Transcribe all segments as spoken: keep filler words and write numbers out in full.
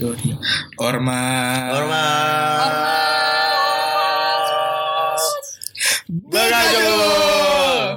satu tiga. Ormas. Ormas. Ormas. Begajul.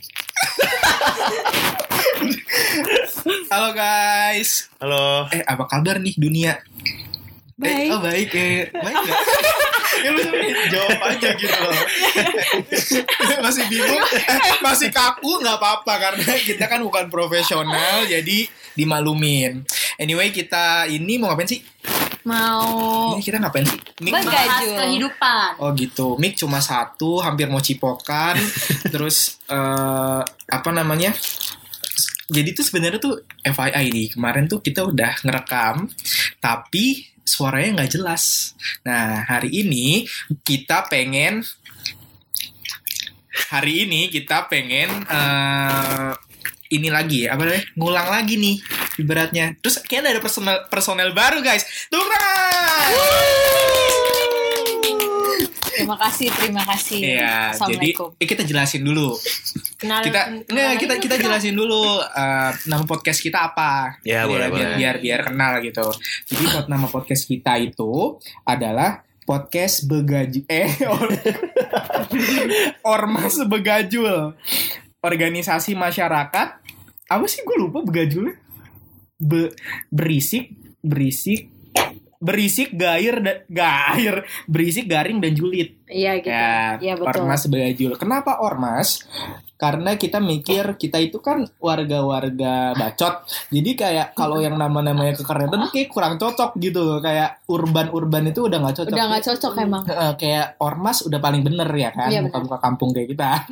Halo guys. Halo. Eh apa kabar nih dunia? Baik. Eh, oh baik eh baik nggak? Ya lu jawab aja gitu loh. Masih bingung, eh, masih kaku nggak apa-apa karena kita kan bukan profesional jadi dimaklumin. Anyway kita ini mau ngapain sih? Mau Ini kita ngapain sih? Mic bahas kehidupan. Oh gitu, mic cuma satu, hampir mau cipokan. Terus uh, apa namanya? Jadi tuh sebenarnya tuh F Y I nih, kemarin tuh kita udah ngerekam, tapi suaranya nggak jelas. Nah hari ini kita pengen, hari ini kita pengen uh, ini lagi, apa namanya? Ngulang lagi nih, ibaratnya. Terus kayaknya ada personel personel baru guys. Tepuk tangan. terima kasih, terima kasih. Iya, jadi Assalamualaikum. eh, kita jelasin dulu. Kenal, Kita nggak kita kita jelasin dulu uh, nama podcast kita apa. Ya, boleh, biar, boleh. biar biar kenal gitu. Jadi buat nama podcast kita itu adalah podcast Begaju eh or- Ormas Begajul. Organisasi masyarakat. Apa sih gue lupa Begajulnya? Be, berisik, berisik berisik gair da, gair berisik garing dan julid. Iya gitu. Ya, Iya betul. Ormas Begajul. Kenapa Ormas? Karena kita mikir kita itu kan warga-warga bacot. Jadi kayak kalau yang nama-namanya kekerenan kayak kurang cocok gitu. Kayak urban-urban itu udah nggak cocok. Udah nggak cocok emang. Eh, kayak Ormas udah paling bener ya kan. Iya, Buka-buka kampung kayak kita.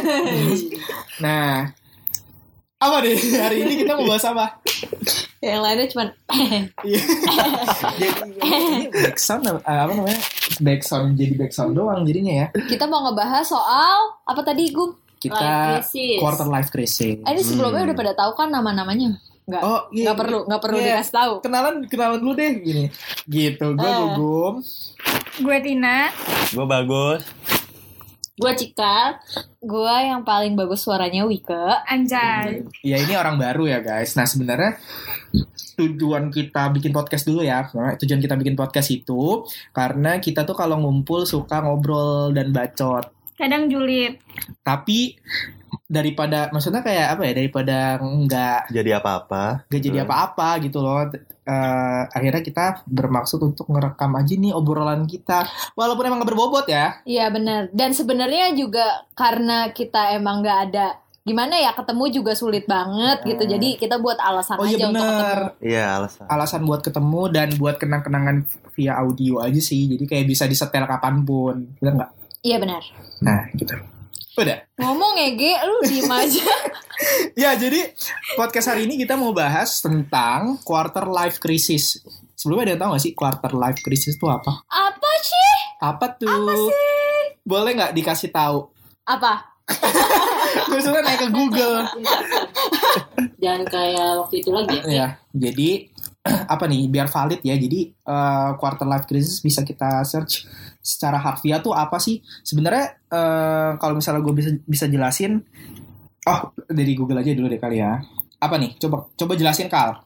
Nah, apa deh hari ini kita mau bahas apa? Yang lainnya cuma Iya. Jadi ini backsound uh, apa namanya? Backsound jadi backsound doang jadinya ya. kita mau ngebahas soal apa tadi Gum? Kita Life crisis. quarter life crisis. Eh, ini sebelumnya Hmm. udah pada tahu kan nama-namanya? Enggak. Oh, iya. Nggak perlu, nggak perlu Iya. dikasih tahu. Kenalan kenalan dulu deh gini. Gitu. Gue Eh. Gugum. Gue Tina. Gue bagus. Gue Cika. Gua yang paling bagus suaranya Wike. Anjay. Ya ini orang baru ya guys. Nah sebenarnya tujuan kita bikin podcast dulu ya. Nah, tujuan kita bikin podcast itu karena kita tuh kalau ngumpul suka ngobrol dan bacot. Kadang julid. Tapi daripada maksudnya kayak apa ya, daripada nggak Jadi apa-apa. nggak jadi Hmm. apa-apa gitu loh. Eh, akhirnya kita bermaksud untuk ngerekam aja nih obrolan kita, walaupun emang nggak berbobot ya. Iya benar. Dan sebenarnya juga karena kita emang nggak ada gimana ya, ketemu juga sulit banget gitu. Jadi kita buat alasan Oh iya aja untuk ketemu. benar. Iya alasan. Alasan buat ketemu dan buat kenang-kenangan via audio aja sih. Jadi kayak bisa disetel kapanpun, benar nggak? Iya benar. Nah gitu. Udah. Ngomong ya Ge, lu diem aja. Ya jadi podcast hari ini kita mau bahas tentang quarter life crisis. Sebelumnya ada yang tahu nggak sih quarter life crisis itu apa? Apa sih? Apa tuh? Apa sih? Boleh nggak dikasih tahu? Apa? Maksudnya naik ke Google. Jangan kayak waktu itu lagi ya. Ya, jadi apa nih biar valid ya. Jadi eh, quarter life crisis bisa kita search secara harfiah tuh apa sih? Sebenarnya eh, kalau misalnya gue bisa bisa jelasin, oh dari Google aja dulu deh kali ya. Apa nih? Coba coba jelasin Kal.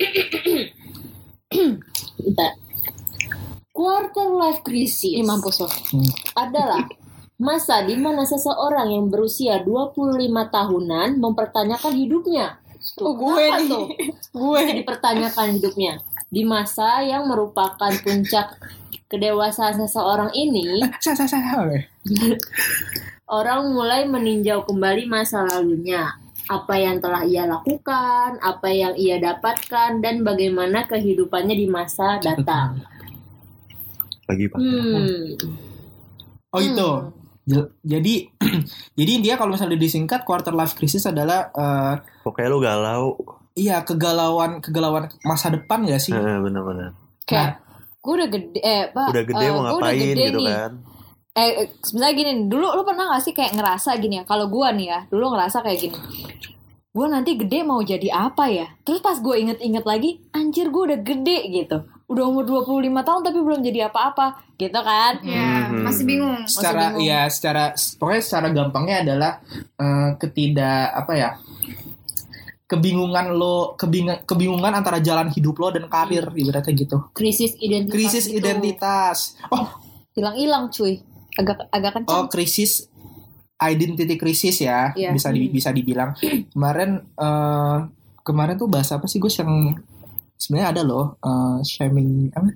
Bentar. Quarter life crisis Ih, mampus lo. Hmm. adalah masa di mana seseorang yang berusia dua puluh lima tahunan mempertanyakan hidupnya. Oh, gue Kenapa nih. tuh? Gue. Bisa dipertanyakan hidupnya. Di masa yang merupakan puncak kedewasaan seseorang ini, Sah sah sah. orang mulai meninjau kembali masa lalunya. Apa yang telah ia lakukan, apa yang ia dapatkan, dan bagaimana kehidupannya di masa datang. Lagi pak. Hmm. Oh itu. Hmm. J- Jadi jadi intinya kalau misalnya disingkat quarter life crisis adalah eh, Pokoknya lu galau. iya kegalauan kegalauan masa depan gak sih? Nah, bener-bener. Kayak gue udah gede eh Pak, Udah gede eh, mau gua udah ngapain gede gitu nih. kan. Eh eh, sebenarnya gini, dulu lu pernah gak sih kayak ngerasa gini ya, kalau gue nih ya, dulu ngerasa kayak gini, gue nanti gede mau jadi apa ya? Terus pas gue inget-inget lagi, anjir gue udah gede gitu, udah umur dua puluh lima tahun tapi belum jadi apa-apa gitu kan. Ya, Hmm. masih bingung. Secara bingung. ya secara pokoknya secara gampangnya adalah eh, ketidak apa ya? kebingungan lo kebingungan kebingungan antara jalan hidup lo dan karir ibaratnya gitu. Krisis identitas. Krisis gitu. identitas. Oh, Hilang-hilang cuy. Agak agak kencang. oh krisis identity krisis ya, Iya. bisa di, bisa dibilang. Kemarin eh, kemarin tuh bahas apa sih Gus yang sebenarnya ada loh eh, shaming apa?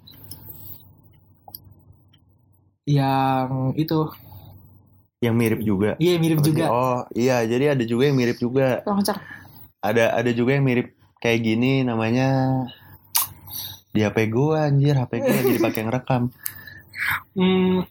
Yang itu. Yang mirip juga. Iya, mirip Apa sih? juga. Oh iya, jadi ada juga yang mirip juga. Tolong kencang. Ada ada juga yang mirip kayak gini namanya di H P gua anjir, H P gua lagi dipakai ngerekam. Hmm,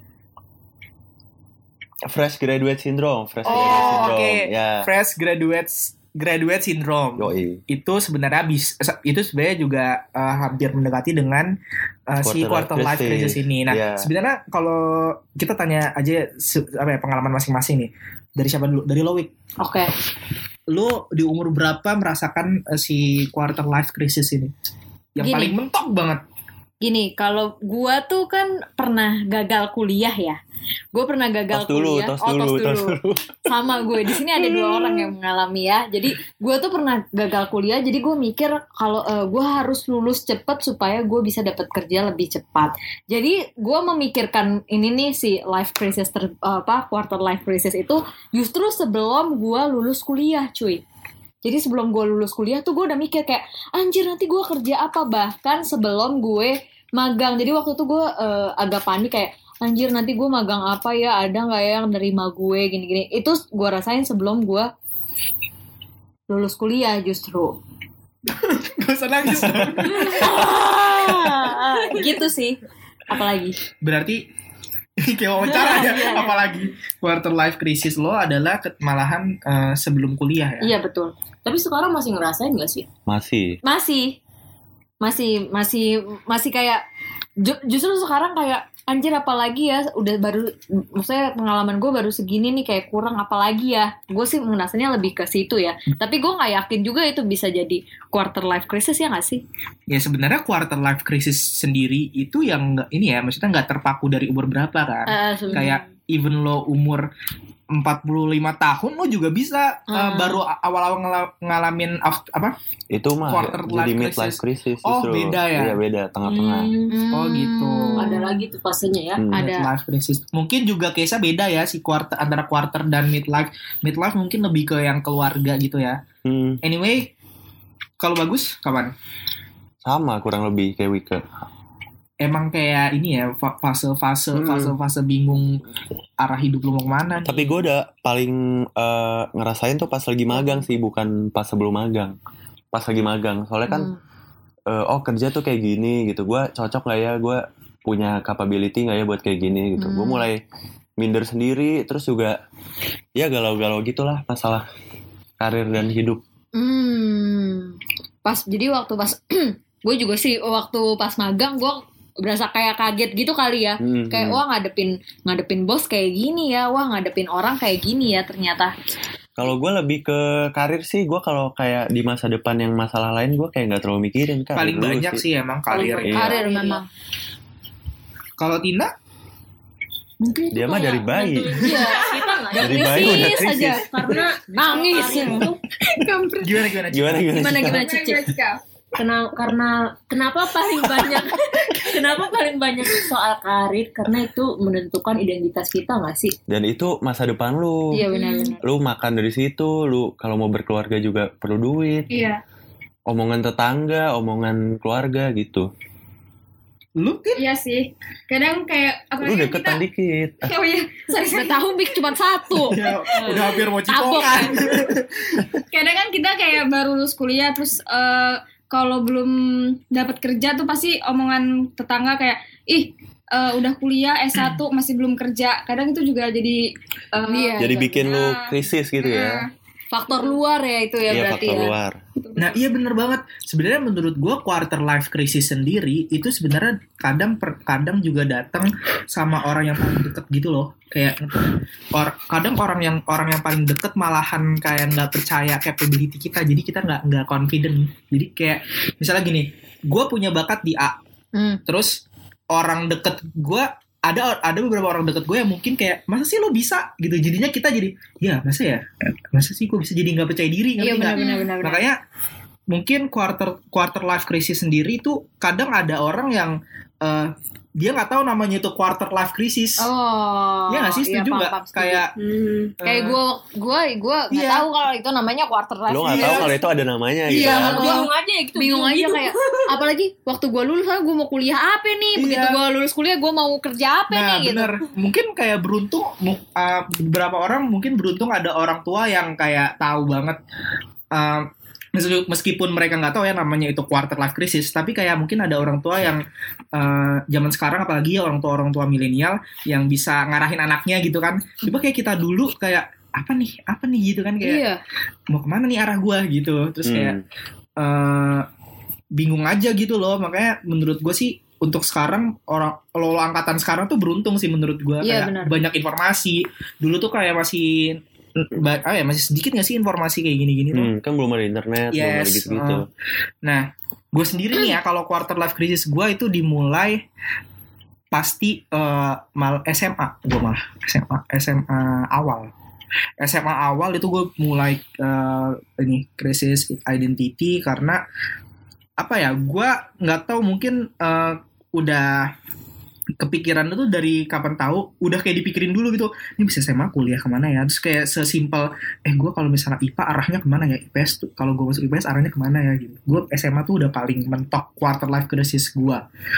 Fresh graduate syndrome, fresh Oh, graduate syndrome. oke. Ya. fresh graduate graduate syndrome. Yoi. Itu sebenarnya bis, itu sebenarnya juga uh, hampir mendekati dengan uh, si Quarter quarter life life crisis. crisis ini. Nah, Iya. sebenarnya kalau kita tanya aja se- apa ya pengalaman masing-masing nih. Dari siapa dulu? Dari Loic. Oke. Lu di umur berapa merasakan uh, si quarter life crisis ini? Yang Gini. paling mentok banget. Gini, kalau gua tuh kan pernah gagal kuliah ya. Gue pernah gagal Tos dulu, kuliah. tos oh, dulu, tos tos dulu. dulu. Sama gue. Di sini ada dua orang yang mengalami ya. Jadi gue tuh pernah gagal kuliah. Jadi gue mikir kalau uh, gue harus lulus cepat supaya gue bisa dapat kerja lebih cepat. Jadi gue memikirkan ini nih si life crisis ter, apa quarter life crisis itu justru sebelum gue lulus kuliah, cuy. Jadi sebelum gue lulus kuliah tuh gue udah mikir kayak anjir nanti gue kerja apa, bahkan sebelum gue magang. Jadi waktu itu gue uh, agak panik kayak anjir nanti gue magang apa ya, ada nggak ya yang nerima gue gini-gini. Itu gue rasain sebelum gue lulus kuliah justru. Gak usah nangis. Ah, gitu sih. Apalagi Berarti kayak wawancara ya. Apalagi quarter life crisis lo adalah ke- malahan uh, sebelum kuliah ya. iya betul. Tapi sekarang masih ngerasain gak sih? Masih. Masih masih masih masih kayak ju- justru sekarang kayak anjir apalagi ya udah baru maksudnya pengalaman gue baru segini nih kayak kurang apalagi ya. Gue sih ngerasanya lebih ke situ ya. Tapi gue nggak yakin juga itu bisa jadi quarter life crisis ya nggak sih? Ya sebenarnya quarter life crisis sendiri itu yang nggak ini ya, maksudnya nggak terpaku dari umur berapa kan. Eh, sebenarnya. Kayak even lo umur empat puluh lima tahun lo juga bisa uh, Hmm. baru a- awal-awal ngala- ngalamin af- apa? Itu mah Quarter jadi life mid life crisis Oh, justru. beda ya? Iya, beda, tengah-tengah. Hmm. Oh, gitu. Ada lagi tuh fasenya ya. Hmm. Ada. Midlife crisis. Mungkin juga case-nya beda ya si quarter antara quarter dan midlife. Midlife mungkin lebih ke yang keluarga gitu ya. Hmm, Anyway, kalau bagus kapan? sama kurang lebih kayak Wika. Emang kayak ini ya fa- fase-fase Hmm. fase-fase bingung arah hidup lu mau kemana nih. Tapi gue udah paling eh, ngerasain tuh pas lagi magang sih, bukan pas sebelum magang. Pas lagi magang, soalnya kan Hmm. eh, oh kerja tuh kayak gini gitu. Gue cocok gak ya, gue punya capability gak ya buat kayak gini gitu. Hmm. Gue mulai minder sendiri, terus juga ya galau-galau gitulah masalah karir dan hidup. Hmm. Pas jadi waktu pas gue juga sih waktu pas magang gue berasa kayak kaget gitu kali ya. Hmm, Kayak hmm. wah ngadepin ngadepin bos kayak gini ya, wah ngadepin orang kayak gini ya ternyata. Kalau gue lebih ke karir sih, gue kalau kayak di masa depan yang masalah lain gue kayak nggak terlalu mikirin kan. Paling Dulu banyak sih emang karir. Paling Iya. Karir Iya. memang. Kalau Tina, Mungkin Dia mah dari bayi. Iya, Kita nggak ada Dari bayi udah krisis krisis. aja. karena Nangis. Kampret. gimana gimana? Cik? Gimana gimana? Gimana Cika? gimana Cici? Kena, karena kenapa paling banyak kenapa paling banyak soal karir, karena itu menentukan identitas kita nggak sih? Dan itu masa depan lu. Iya benar-benar. Lu makan dari situ, lu kalau mau berkeluarga juga perlu duit. Iya. Omongan tetangga, omongan keluarga gitu. Lu kan Iya sih. Kadang kayak Lu apalagi kita. deketan dikit. Oh iya. Sorry, Udah sorry. tahu Bik cuma satu. ya, udah hampir mau Tabok cipokan. Kadang kan kita kayak baru lulus kuliah terus eh, kalau belum dapat kerja tuh pasti omongan tetangga kayak ih eh, udah kuliah S satu masih belum kerja. Kadang itu juga jadi eh, Iya. Jadi bikin lu Nah. krisis gitu ya. Faktor luar ya itu ya Iya, berarti faktor ya. luar. Nah iya bener banget. Sebenarnya menurut gue quarter life crisis sendiri itu sebenarnya kadang per, kadang juga datang sama orang yang paling deket gitu loh. Kayak or, kadang orang yang orang yang paling deket malahan kayak nggak percaya capability kita. Jadi kita nggak nggak confident. Jadi kayak misalnya gini, gue punya bakat di A, Hmm. terus orang deket gue ada ada beberapa orang deket gue yang mungkin kayak masa sih lo bisa gitu, jadinya kita jadi ya masa ya masa sih gue bisa jadi nggak percaya diri, ngerti Iya nggak? benar-benar. Makanya mungkin quarter quarter life crisis sendiri itu kadang ada orang yang uh, dia nggak tahu namanya itu quarter life crisis. Oh. Iya nggak sih, setuju nggak? paham, paham, setuju. Kayak Hmm. Kayak uh, gue gue gue nggak Iya. tahu kalau itu namanya quarter life. Lo nggak tahu kalau itu ada namanya gitu. Iya. kan? Bingung aja gitu. bingung aja gitu. kayak apalagi waktu gue lulus gue mau kuliah apa nih, begitu Iya. gue lulus kuliah gue mau kerja apa nah nih gitu. bener, mungkin kayak beruntung mu- uh, beberapa orang mungkin beruntung ada orang tua yang kayak tahu banget. Uh, Meski- meskipun mereka nggak tahu ya namanya itu quarter life crisis, tapi kayak mungkin ada orang tua yang uh, zaman sekarang apalagi ya orang tua orang tua milenial yang bisa ngarahin anaknya gitu kan. Coba kayak kita dulu kayak apa nih apa nih gitu kan, kayak Iya. mau kemana nih arah gua gitu, terus kayak Hmm. uh, bingung aja gitu loh. Makanya menurut gue sih untuk sekarang orang lo angkatan sekarang tuh beruntung sih menurut gue. Iya, Kayak benar. banyak informasi. Dulu tuh kayak masih ba- ah ya masih sedikit gak sih informasi kayak gini-gini tuh. Hmm, kan belum ada internet, belum ada Yes, gitu-gitu. uh, Nah, gue sendiri nih ya kalau quarter life crisis gue itu dimulai pasti uh, mal S M A, gue malah S M A S M A awal. S M A awal itu gue mulai uh, ini krisis identity karena apa ya? Gue nggak tahu, mungkin uh, udah kepikiran itu dari kapan tahu, udah kayak dipikirin dulu gitu. Ini bisa S M A kuliah kemana ya? Terus kayak sesimpel eh gue kalau misalnya I P A arahnya kemana ya? I P S tuh kalau gue masuk I P S arahnya kemana ya gitu. Gue S M A tuh udah paling mentok quarter life crisis gue.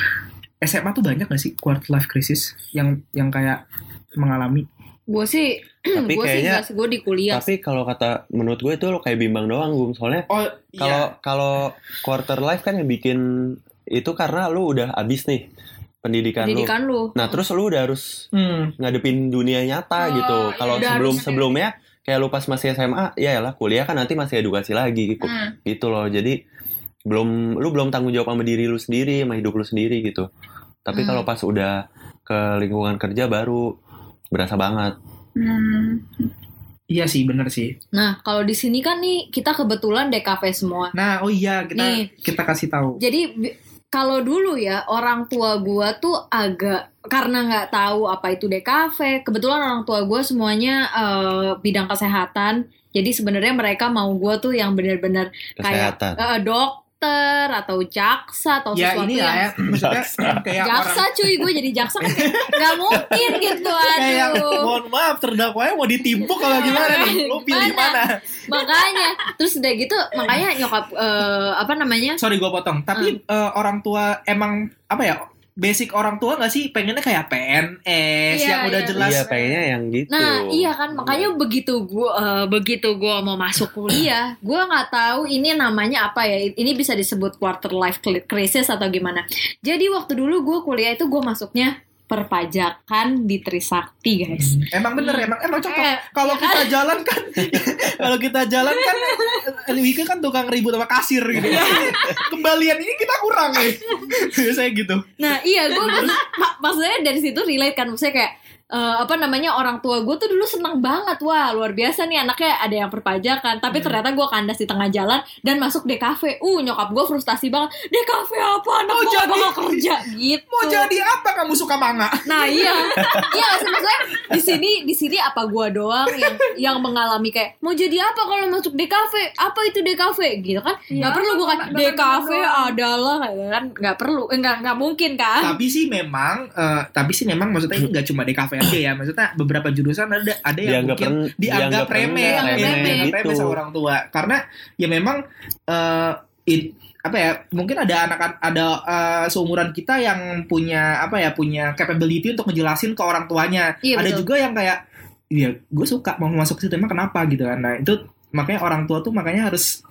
S M A tuh banyak gak sih quarter life crisis yang yang kayak mengalami? Gue sih, Tapi gue sih kayaknya- nggak sih, gue di kuliah. Tapi kalau kata menurut gue itu lo kayak bimbang doang, Gum. Soalnya Oh kalau kalau quarter life kan yang bikin itu karena lu udah abis nih pendidikan, pendidikan lu. lu. Nah, terus lu udah harus Hmm. ngadepin dunia nyata Oh, gitu. iya, Kalau udah sebelum harus- sebelumnya kayak lu pas masih S M A, ya lah kuliah kan nanti masih edukasi lagi gitu. Hmm. Gitu loh. Jadi belum lu belum tanggung jawab sama diri lu sendiri, sama hidup lu sendiri gitu. Tapi Hmm. kalau pas udah ke lingkungan kerja baru berasa banget. Hmm. Iya sih, bener sih. Nah, kalau di sini kan nih kita kebetulan D K V semua. Nah, oh iya kita Nih. kita kasih tahu. Jadi bi- kalau dulu ya orang tua gua tuh agak karena nggak tahu apa itu D K V. Kebetulan orang tua gua semuanya eh, bidang kesehatan. Jadi sebenarnya mereka mau gua tuh yang benar-benar kayak Kesehatan. eh, dokter atau jaksa atau Ya sesuatu ini yang lah ya, maksudnya kayak jaksa orang cuy, gue jadi jaksa kan kayak nggak mungkin gitu, kayak aduh. mohon maaf terdakwanya mau ditimpuk kalau gimana nih? Lo pilih Mana? mana? Makanya terus udah gitu makanya nyokap eh, apa namanya Sorry gue potong. Tapi eh, orang tua emang apa ya? Basic orang tua nggak sih pengennya kayak P N S Iya, yang udah iya. jelas. Iya, pengennya yang gitu. Nah iya kan makanya begitu gue begitu gue mau masuk kuliah gue nggak tahu ini namanya apa ya, ini bisa disebut quarter life crisis atau gimana. Jadi waktu dulu gue kuliah itu gue masuknya perpajakan di Trisakti guys. Emang bener, emang emang cocok. Eh, Kalau ya kita jalan kan, kalau kita jalan kan, Wika kan tukang ribut sama kasir gitu. Kembalian ini kita kurang nih. Saya gitu. Nah iya gue maksud, mak- maksudnya dari situ relate kan, maksudnya kayak eh, apa namanya orang tua gue tuh dulu seneng banget, wah luar biasa nih anaknya ada yang perpajakan, tapi ternyata gue kandas di tengah jalan dan masuk D K V. Uh nyokap gue frustasi banget, D K V apa anak Mau gue jadi- bakal kerja gitu. Mau jadi apa kamu suka manga? Nah iya, iya maksudnya di sini di sini apa gue doang yang yang mengalami kayak mau jadi apa kalau masuk D K V? Apa itu D K V? Gitu kan? Nggak Ya, perlu gue kan bapak- D K V bapak adalah kan nggak perlu, eh, nggak nggak mungkin kan? Tapi sih memang, eh, tapi sih memang maksudnya ini nggak cuma D K V aja ya. Maksudnya beberapa jurusan ada ada yang Dianggap mungkin ren- dianggap dianggap remeh, rendah, ya, remeh, dianggap gitu. remeh sama orang tua. Karena ya memang eh, it- apa ya, mungkin ada anak ada eh, seumuran kita yang punya apa ya, punya capability untuk ngejelasin ke orang tuanya. Iya, Ada betul. juga yang kayak ya gue suka mau masuk ke situ, emang kenapa gitu kan. Nah itu makanya orang tua tuh makanya harus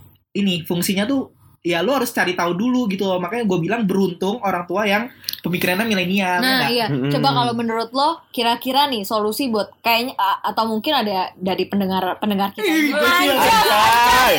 ini fungsinya tuh ya lo harus cari tahu dulu gitu loh. Makanya gue bilang beruntung orang tua yang pemikirannya milenial. Nah ya nggak? iya, Mm-mm. coba kalau menurut lo kira-kira nih solusi buat kayaknya a- atau mungkin ada dari pendengar pendengar kita. Ih, gue sih- Anjay.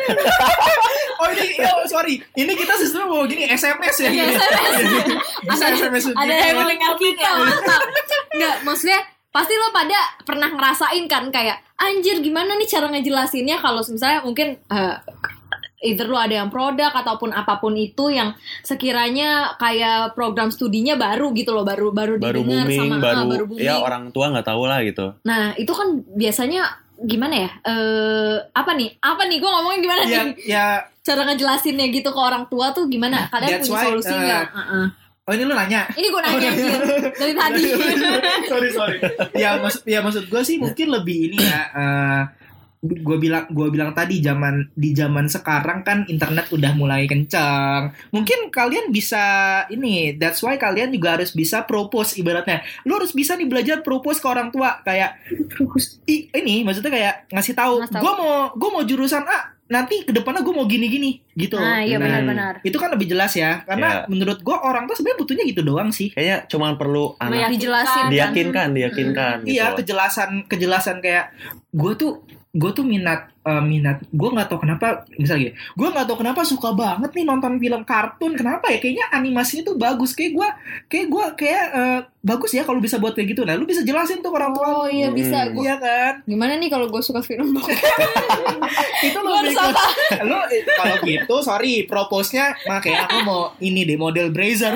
Oh ini, oh, sorry, ini kita sistem mau gini S M S ya. Iya, gini. S M S. Bisa S M S. Ada yang mendengar kita, mantap. Nggak, maksudnya pasti lo pada pernah ngerasain kan kayak anjir gimana nih cara ngejelasinnya kalau misalnya mungkin eh, either lu ada yang produk ataupun apapun itu yang sekiranya kayak program studinya baru gitu loh, baru baru, baru didengar booming, sama baru, ah, baru booming. ya orang tua nggak tahu lah gitu. Nah itu kan biasanya gimana ya? Eh apa nih? Apa nih? Gue ngomongin gimana Ya, nih? ya. Cara ngejelasinnya gitu ke orang tua tuh gimana? Kalian That's punya why, solusi uh, nggak? Uh-uh. Oh ini lu nanya. Ini gue nanya Oh, anjir, dari tadi. sorry sorry. Ya maksud ya maksud gue sih mungkin lebih ini ya. Uh, gue bilang gue bilang tadi zaman di zaman sekarang kan internet udah mulai kencang. Mungkin kalian bisa ini. That's why kalian juga harus bisa propose ibaratnya. Lu harus bisa nih belajar propose ke orang tua kayak i, ini maksudnya kayak ngasih tahu. Ngasih tahu. Gue mau gue mau jurusan A. Nanti kedepannya gue mau gini-gini gitu. Nah iya Hmm. benar-benar. Itu kan lebih jelas ya. Karena Ya. menurut gue orang tuh sebenarnya butuhnya gitu doang sih. Kayaknya cuma perlu anak Meyakinkan. Dijelasin kan. diyakinkan, diyakinkan gitu. Iya, loh. kejelasan kejelasan kayak gue tuh gue tuh minat eh, minat gue nggak tahu kenapa misalnya gini, gue nggak tahu kenapa suka banget nih nonton film kartun. Kenapa ya? Kayaknya animasinya tuh bagus. Kayak gue kayak gue kayak eh, bagus ya kalau bisa buat kayak gitu. Nah, lu bisa jelasin tuh ke orang tua. Oh iya Hmm. bisa. Gua- Iya kan? Gimana nih kalau gue suka film bokep? Itu lu Gua harus ikut- apa? lu eh, kalau gitu sorry propose-nya makanya aku mau ini deh model brazier.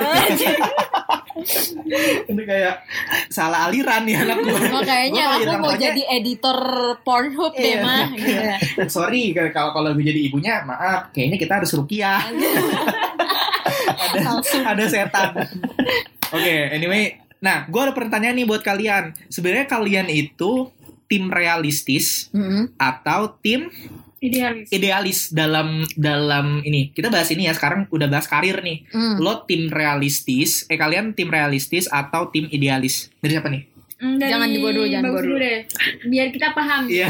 Ini kayak salah aliran ya anak gue. Makanya Gua aku bilang, mau "Makanya- jadi editor Pornhub deh Iya. mah. Gitu ya. Sorry kalau kalau gue jadi ibunya, maaf, kayaknya kita harus rukiah. ada ada setan. Oke, anyway, nah, gue ada pertanyaan nih buat kalian. Sebenarnya kalian itu tim realistis Mm-mm. atau tim Idealis. idealis dalam dalam ini? Kita bahas ini ya. Sekarang udah bahas karir nih. Mm. Lo tim realistis, eh kalian tim realistis atau tim idealis? Dari siapa nih? Mm, dari Jangan dibawa dulu, jangan Bagus dibawa dulu deh. Biar kita paham. Iya.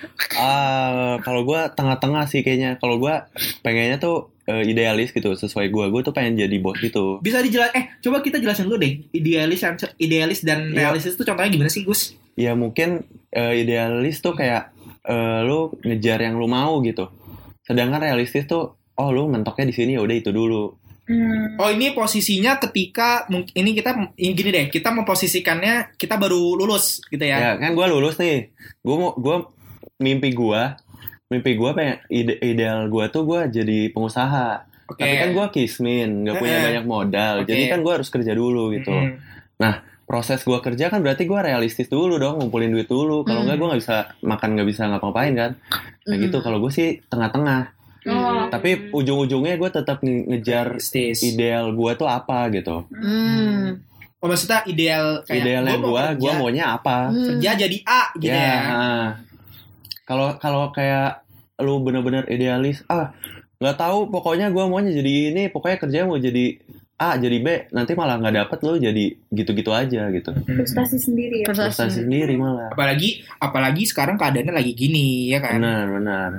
Ah, kalau gue tengah-tengah sih kayaknya. Kalau gue pengennya tuh eh, idealis gitu, sesuai gue. Gue tuh pengen jadi bos gitu. Bisa dijelas? Eh, coba kita jelasin dulu deh. Idealis, idealis dan Iya. realistis itu contohnya gimana sih, Gus? Ya mungkin eh, idealis tuh kayak eh, lu ngejar yang lu mau gitu. Sedangkan realistis tuh, oh lu mentoknya di sini ya udah itu dulu. Hmm. Oh, ini posisinya ketika mung- ini kita ini gini deh, kita memposisikannya kita baru lulus gitu ya. Ya kan gue lulus nih. Gue mau gue mimpi gue, mimpi gue pengen ide, ideal gue tuh gue jadi pengusaha. Oke. Tapi kan gue kismin, nggak punya Eh, eh. banyak modal. Oke. Jadi kan gue harus kerja dulu gitu. Mm. Proses gue kerja kan berarti gue realistis dulu dong, ngumpulin duit dulu. Kalau Hmm. nggak gue nggak bisa makan, nggak bisa ngapa-ngapain kan. Nah gitu. Hmm. Kalau gue sih tengah-tengah. Oh. Tapi ujung-ujungnya gue tetap nge- ngejar Realistis. ideal gue tuh apa gitu. Hmm. Oh, maksudnya ideal kayak Idealnya gua mau gue, kerja, gue maunya apa? Hmm. kerja jadi A gitu Ya, ya. nah. Kalau kalau kayak lu bener-bener idealis, ah nggak tahu, pokoknya gue maunya jadi ini, pokoknya kerjanya mau jadi A, jadi B, nanti malah nggak dapet lu jadi gitu-gitu aja gitu. Frustasi sendiri ya. Prestasi sendiri malah. Apalagi apalagi sekarang keadaannya lagi gini ya kan. Benar, benar.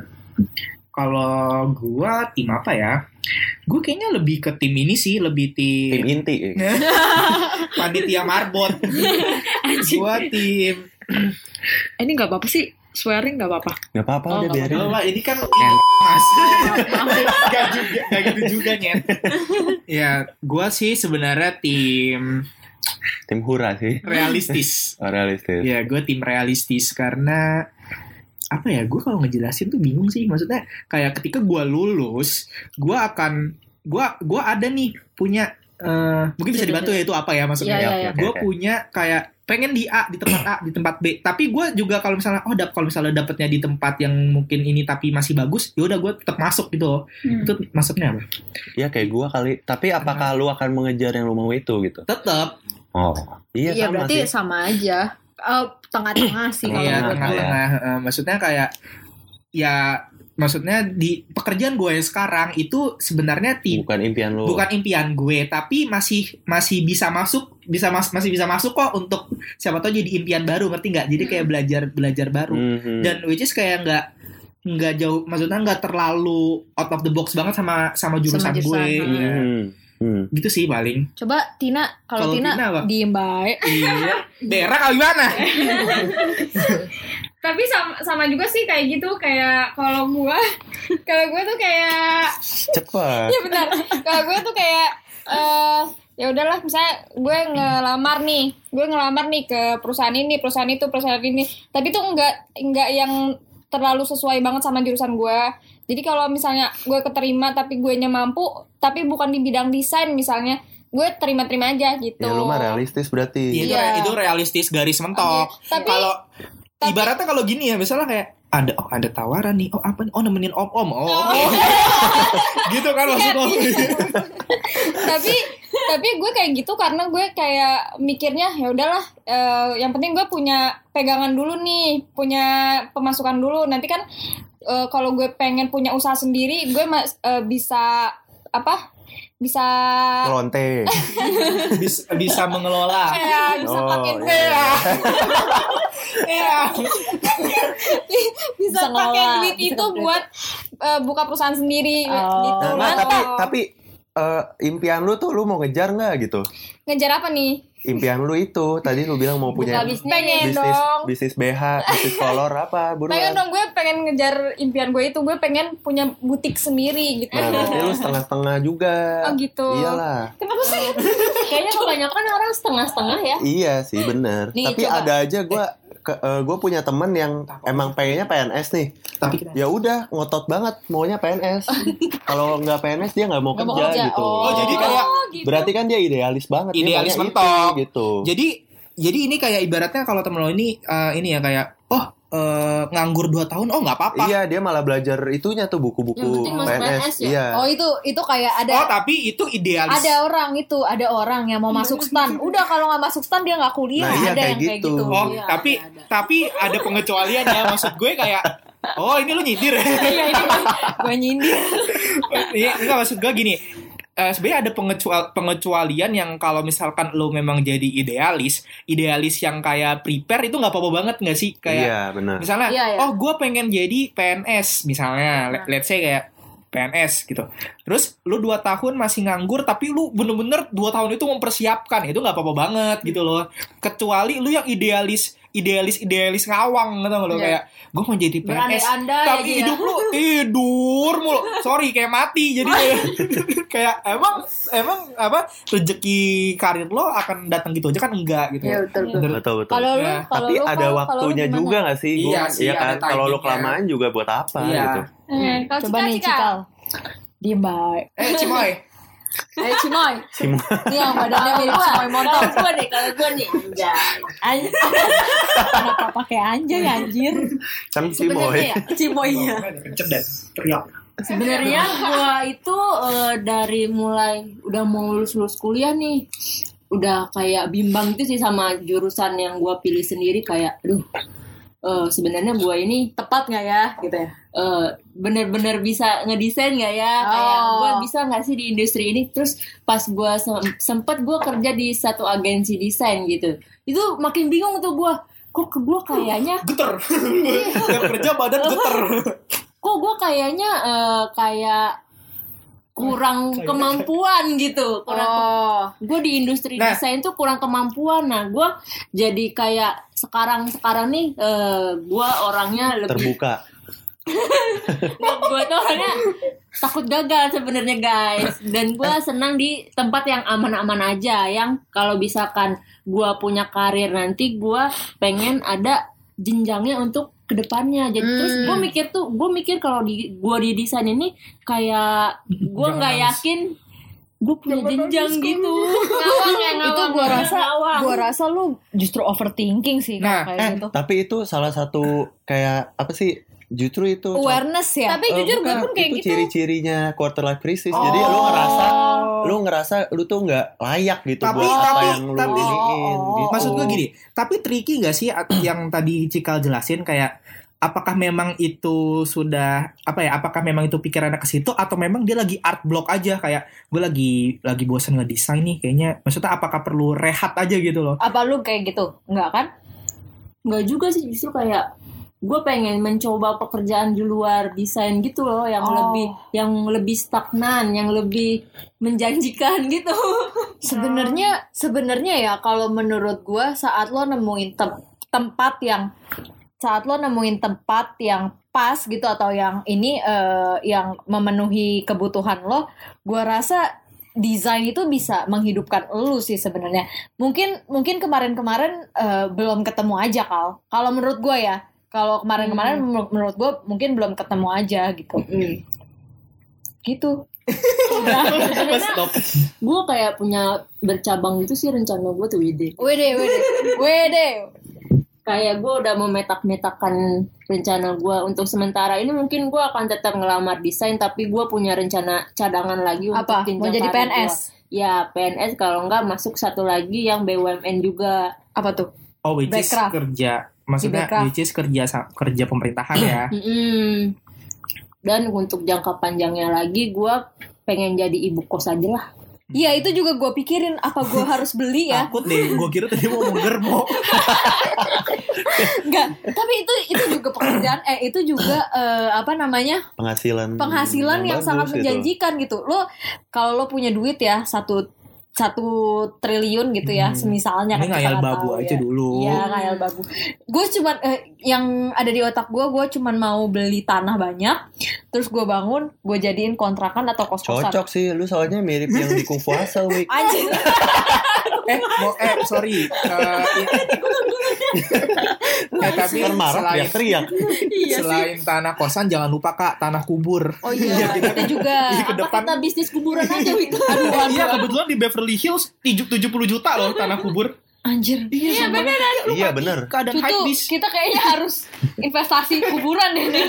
Kalau gua tim apa ya? Gue kayaknya lebih ke tim ini sih, lebih Tim tim, inti. panitia marbot. Gua tim Ini nggak apa-apa sih, swearing nggak apa-apa. Gak apa-apa, Oh, udah nggak biarin. Oh, Wah, ini kan mas. Gak juga, gak gitu juga nyet. Ya, gue sih sebenarnya tim Tim hura sih. realistis. Oh, realistis. Ya, gue tim realistis karena apa ya? Gue kalau ngejelasin tuh bingung sih. Maksudnya kayak ketika gue lulus, gue akan gue gue ada nih punya eh, mungkin bisa dibantu ya itu apa ya maksudnya? Iya, Oke, iya, oke, Gue oke. punya kayak pengen di A, di tempat A, di tempat B. Tapi gue juga kalau misalnya oh dap kalau misalnya dapetnya di tempat yang mungkin ini tapi masih bagus, ya udah gue tetap masuk gitu. Hmm. Itu maksudnya apa? Ya kayak gua kali. Tapi apakah lu akan mengejar yang lu mau itu gitu? Tetap. Oh, iya, Iya sama berarti sih. sama aja. Eh, tengah-tengah sih kalau Iya, Tengah-tengah, gue. tengah-tengah. Eh, maksudnya kayak ya maksudnya di pekerjaan gue yang sekarang itu sebenarnya ti- Bukan impian lu. bukan impian gue, tapi masih masih bisa masuk, bisa mas, masih bisa masuk kok untuk siapa tahu jadi impian baru, ngerti nggak? Jadi kayak belajar belajar baru. Mhm. Dan which is kayak nggak nggak jauh, maksudnya nggak terlalu out of the box banget sama sama jurusan, jurusan, gue. hmm. Iya. Mhm. Hmm. Gitu sih paling. Coba Tina, kalau Kalau Tina, Tina apa? diem baik. Iya. Berak kalau gimana? Tapi sama, sama juga sih kayak gitu, kayak kalau gua kalau gua tuh kayak Cepet. ya benar. Kalau gue tuh kayak eh ya udahlah, misalnya gue ngelamar nih, gue ngelamar nih ke perusahaan ini, perusahaan itu, perusahaan ini. Tapi tuh enggak enggak yang terlalu sesuai banget sama jurusan gue. Jadi kalau misalnya gue keterima tapi gue nya mampu, tapi bukan di bidang desain misalnya, gue terima-terima aja gitu. Ya lu mah realistis berarti. Iya, itu, Iya. itu realistis garis mentok. Oke, tapi- Kalau tapi- ibaratnya kalau gini ya, misalnya kayak ada oh ada tawaran nih, oh apa nih, oh nemenin om om, oh, oke. Gitu kan maksud lo. tapi tapi gue kayak gitu karena gue kayak mikirnya ya udahlah, eh, yang penting gue punya pegangan dulu nih, punya pemasukan dulu. Nanti kan eh, kalau gue pengen punya usaha sendiri, gue mas, eh, bisa apa? Bisa Ngelonte. bisa, bisa mengelola. kayak bisa Oh, pakai iya. duit, Iya. bisa, Bisa pakai ngelola, duit bisa itu pakai- buat eh, buka perusahaan sendiri Oh. gitu. Nah, nah, Mantap. tapi tapi eh, impian lu tuh lu mau ngejar nggak gitu? Ngejar apa nih? Impian lu itu tadi lu bilang mau punya Buka bisnis. Pengen bisnis dong. bisnis B H, bisnis kolor apa buruan. Pengen dong, gue pengen ngejar impian gue itu. Gue pengen punya butik sendiri gitu. Nah, berarti lu setengah-setengah juga. Oh, gitu. Iyalah. Kenapa sih? Kayaknya kebanyakan orang setengah-setengah ya. Iya sih bener. Nih, Tapi coba. ada aja gue gue punya temen yang emang pengennya P N S nih. Tapi kita Ya udah ngotot banget maunya P N S. Kalau nggak P N S dia nggak mau Nggak mau kerja, kerja. gitu. Oh, Oh, jadi kayak Oh, gitu. Berarti kan dia idealis banget. Dia Idealis maunya mentok. itu, gitu. Jadi jadi ini kayak ibaratnya kalau temen lo ini eh, ini ya kayak oh eh, nganggur dua tahun, oh nggak apa-apa. Iya dia malah belajar itunya tuh buku-buku Yang penting masuk P N S. P N S ya? Iya. Oh itu itu kayak ada Oh tapi itu idealis. ada orang itu ada orang yang mau masuk stan. Udah kalau nggak masuk stan dia nggak kuliah. Nah, iya, ada kayak yang kayak gitu. gitu. Oh Iya, tapi ada, ada. tapi ada pengecualian ya, maksud gue kayak oh ini lu nyindir. Iya ini gue nyindir. Iya enggak, maksud gue gini. Eh, sebenarnya ada pengecual, pengecualian yang kalau misalkan lo memang jadi idealis, idealis yang kayak prepare itu nggak apa-apa banget nggak sih? Kayak Iya benar. misalnya, Iya, iya. oh gue pengen jadi P N S misalnya, let- let's say kayak P N S gitu. Terus lu dua tahun masih nganggur, tapi lu bener-bener dua tahun itu mempersiapkan, itu nggak apa-apa banget gitu loh. Kecuali lu yang idealis, idealis, idealis ngawang gitu loh, Iya. kayak gue mau jadi P N S, Berandai-andai tapi aja ya. hidup lu tidur mulu. Sorry kayak mati, jadi kayak, kayak emang emang apa rezeki karir lo akan datang gitu aja kan enggak gitu. Iya, betul, betul. Menurut- Betul betul. Kalau lu Ya, kalau Tapi lu ada kalau- kalau lu waktunya gimana? juga gak sih? Iya Gua- sih, iya ada kan. Kalau lu timingnya. kelamaan juga buat apa Iya. gitu. Eh, kalau Coba nih cita-cita. Cikal. Diem baik. Eh Cimoy, Eh Cimoy. Cimoy. Ini yang badannya mirip Cimoy Montok. Kalau gue nih, kalau gue nih, anjay. Anjir. Kenapa pakai anjay anjir? Kan Sebenarnya Cimoy. ya, Cimoynya. kencet deh, teriak. sebenarnya gue itu eh, dari mulai udah mau lulus lulus kuliah nih, udah kayak bimbang gitu sih sama jurusan yang gue pilih sendiri, kayak, aduh, eh, sebenarnya gue ini Tepat nggak ya gitu ya? eh, bener-bener bisa ngedesain nggak ya, kayak Oh. gue bisa nggak sih di industri ini. Terus pas gue sem- sempet gue kerja di satu agensi desain gitu, itu makin bingung tuh gue, kok ke gue kayaknya Geter. Tiap kerja badan geter. kok gue kayaknya eh, kayak kurang Kayak- kemampuan gitu, kurang Oh. gue di industri Nah. desain tuh kurang kemampuan. Nah gue jadi kayak sekarang sekarang nih gue orangnya lebih Terbuka. gue tuh orangnya takut gagal sebenarnya guys, dan gue senang di tempat yang aman-aman aja, yang kalau misalkan gue punya karir nanti gue pengen ada jenjangnya untuk kedepannya. Jadi Hmm. terus gue mikir tuh gue mikir kalau di gue di desain ini kayak gue Jangan nggak nangis. yakin gue punya jenjang gitu. Ngawang ya, ngawang. Itu gua rasa Ngawang. gua rasa lu justru overthinking sih Nah, kalau Eh, kayak gitu. tapi itu salah satu kayak apa sih? Justru itu Awareness ya. Tapi Eh, jujur gue bukan. pun kayak itu gitu. ciri-cirinya quarter life crisis. Oh. Jadi lu ngerasa lu ngerasa lu tuh nggak layak gitu Tapi- buat apa tapi- yang lu tapi- iniin Oh. gitu. Maksud gue gini, tapi tricky gak sih yang tadi Cikal jelasin, kayak apakah memang itu sudah apa ya? Apakah memang itu pikirannya ke situ atau memang dia lagi art block aja, kayak gue lagi lagi bosan ngedesain nih kayaknya. Maksudnya apakah perlu rehat aja gitu loh? Apa lu kayak gitu? Enggak kan? Nggak juga sih, justru kayak gue pengen mencoba pekerjaan di luar desain gitu loh, yang Oh. lebih yang lebih stagnan, yang lebih menjanjikan gitu. Sebenarnya sebenarnya ya kalau menurut gua saat lo nemuin tem- tempat yang saat lo nemuin tempat yang pas gitu atau yang ini eh, yang memenuhi kebutuhan lo, gua rasa desain itu bisa menghidupkan lo sih sebenarnya. Mungkin mungkin kemarin-kemarin eh, belum ketemu aja Kal. Kalau menurut gua ya, Kalau kemarin-kemarin menur- menurut gue mungkin belum ketemu aja gitu. Mm. Gitu. Stop. Gue kayak punya bercabang gitu sih rencana gue tuh ide. Wede, wede, wede. Kayak gue udah memetak-metakan rencana gue untuk sementara ini. Mungkin gue akan tetap ngelamar desain, tapi gue punya rencana cadangan lagi untuk Apa? jenjang Mau jadi karir P N S? gua. Ya P N S, kalau enggak masuk satu lagi yang B U M N juga. Apa tuh? Oh, which is Backcraft. kerja. Maksudnya Backcraft. which is kerja sa- kerja pemerintahan ya. Mm-mm. Dan untuk jangka panjangnya lagi gue pengen jadi ibu kos aja lah. Iya, itu juga gue pikirin apa gue harus beli ya. Takut deh, gue kira tadi mau ngomong germo. Enggak, tapi itu itu juga pekerjaan eh itu juga eh, apa namanya? Penghasilan penghasilan yang, sangat bagus gitu. menjanjikan gitu. Lo kalau lo punya duit ya satu satu triliun gitu ya, Hmm. semisalnya Ini kan kita ngayal nggak babu tahu aja ya. dulu. Iya, ngayal babu. Gue cuman eh, yang ada di otak gue, gue cuman mau beli tanah banyak, terus gue bangun, gue jadiin kontrakan atau kos-kosan. Cocok sih, lu soalnya mirip yang di Kung Fu Hustle, Wik. Anjir. eh, mau eh sorry. Eh, eh tapi Ntar marah selain teriak-teriak. selain tanah kosan jangan lupa Kak, tanah kubur. Oh iya, itu juga. Iya, ke Apa depan. kita bisnis kuburan aja gitu. Aduh, Eh, iya, aduh, kebetulan di Beverly Hills tujuh puluh juta loh tanah kubur. anjir. Iya benar. Iya bener. Keadaan Itu hype bis. kita kayaknya harus investasi kuburan deh nih.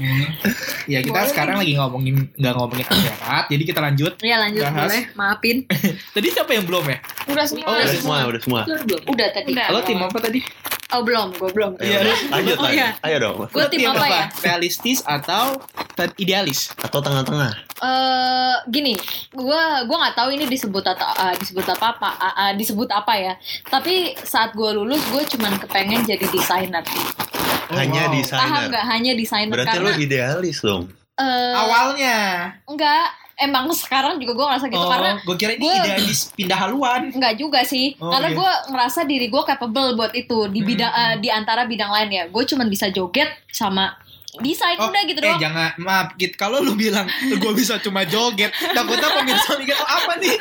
Ya kita sekarang lagi ngomongin nggak ngomongin akhirat, jadi kita lanjut. Ya lanjut Bahas. boleh, maafin. Tadi siapa yang belum ya? Udah semua. Oh, Udah semua, udah semua. Udah tadi. Lo tim apa tadi? Oh belum, gue belum. Iya. Lanjut, Oh, lanjut. iya. Ayo dong. Gue Lo tim apa ya? Realistis atau te- idealis? Atau tengah-tengah. Eh gini, gue gue nggak tahu ini disebut atau uh, disebut apa apa uh, uh, disebut apa ya. Tapi saat gue lulus, gue cuman kepengen jadi desainer. Hanya wow. Paham desainer. nggak? Hanya desainer Berarti karena lu idealis dong. eh, Awalnya. enggak. Emang sekarang juga gue ngerasa gitu Oh, karena gue kira ini gua- idealis pindah haluan. enggak juga sih. Oh, Karena iya. gue ngerasa diri gue capable buat itu di bidang eh, di antara bidang lain ya. Gue cuman bisa joget sama desain udah gitu eh doang. jangan maaf Git, kalau lu bilang gue bisa cuma joget, takutnya pemirsa mikir oh, apa nih?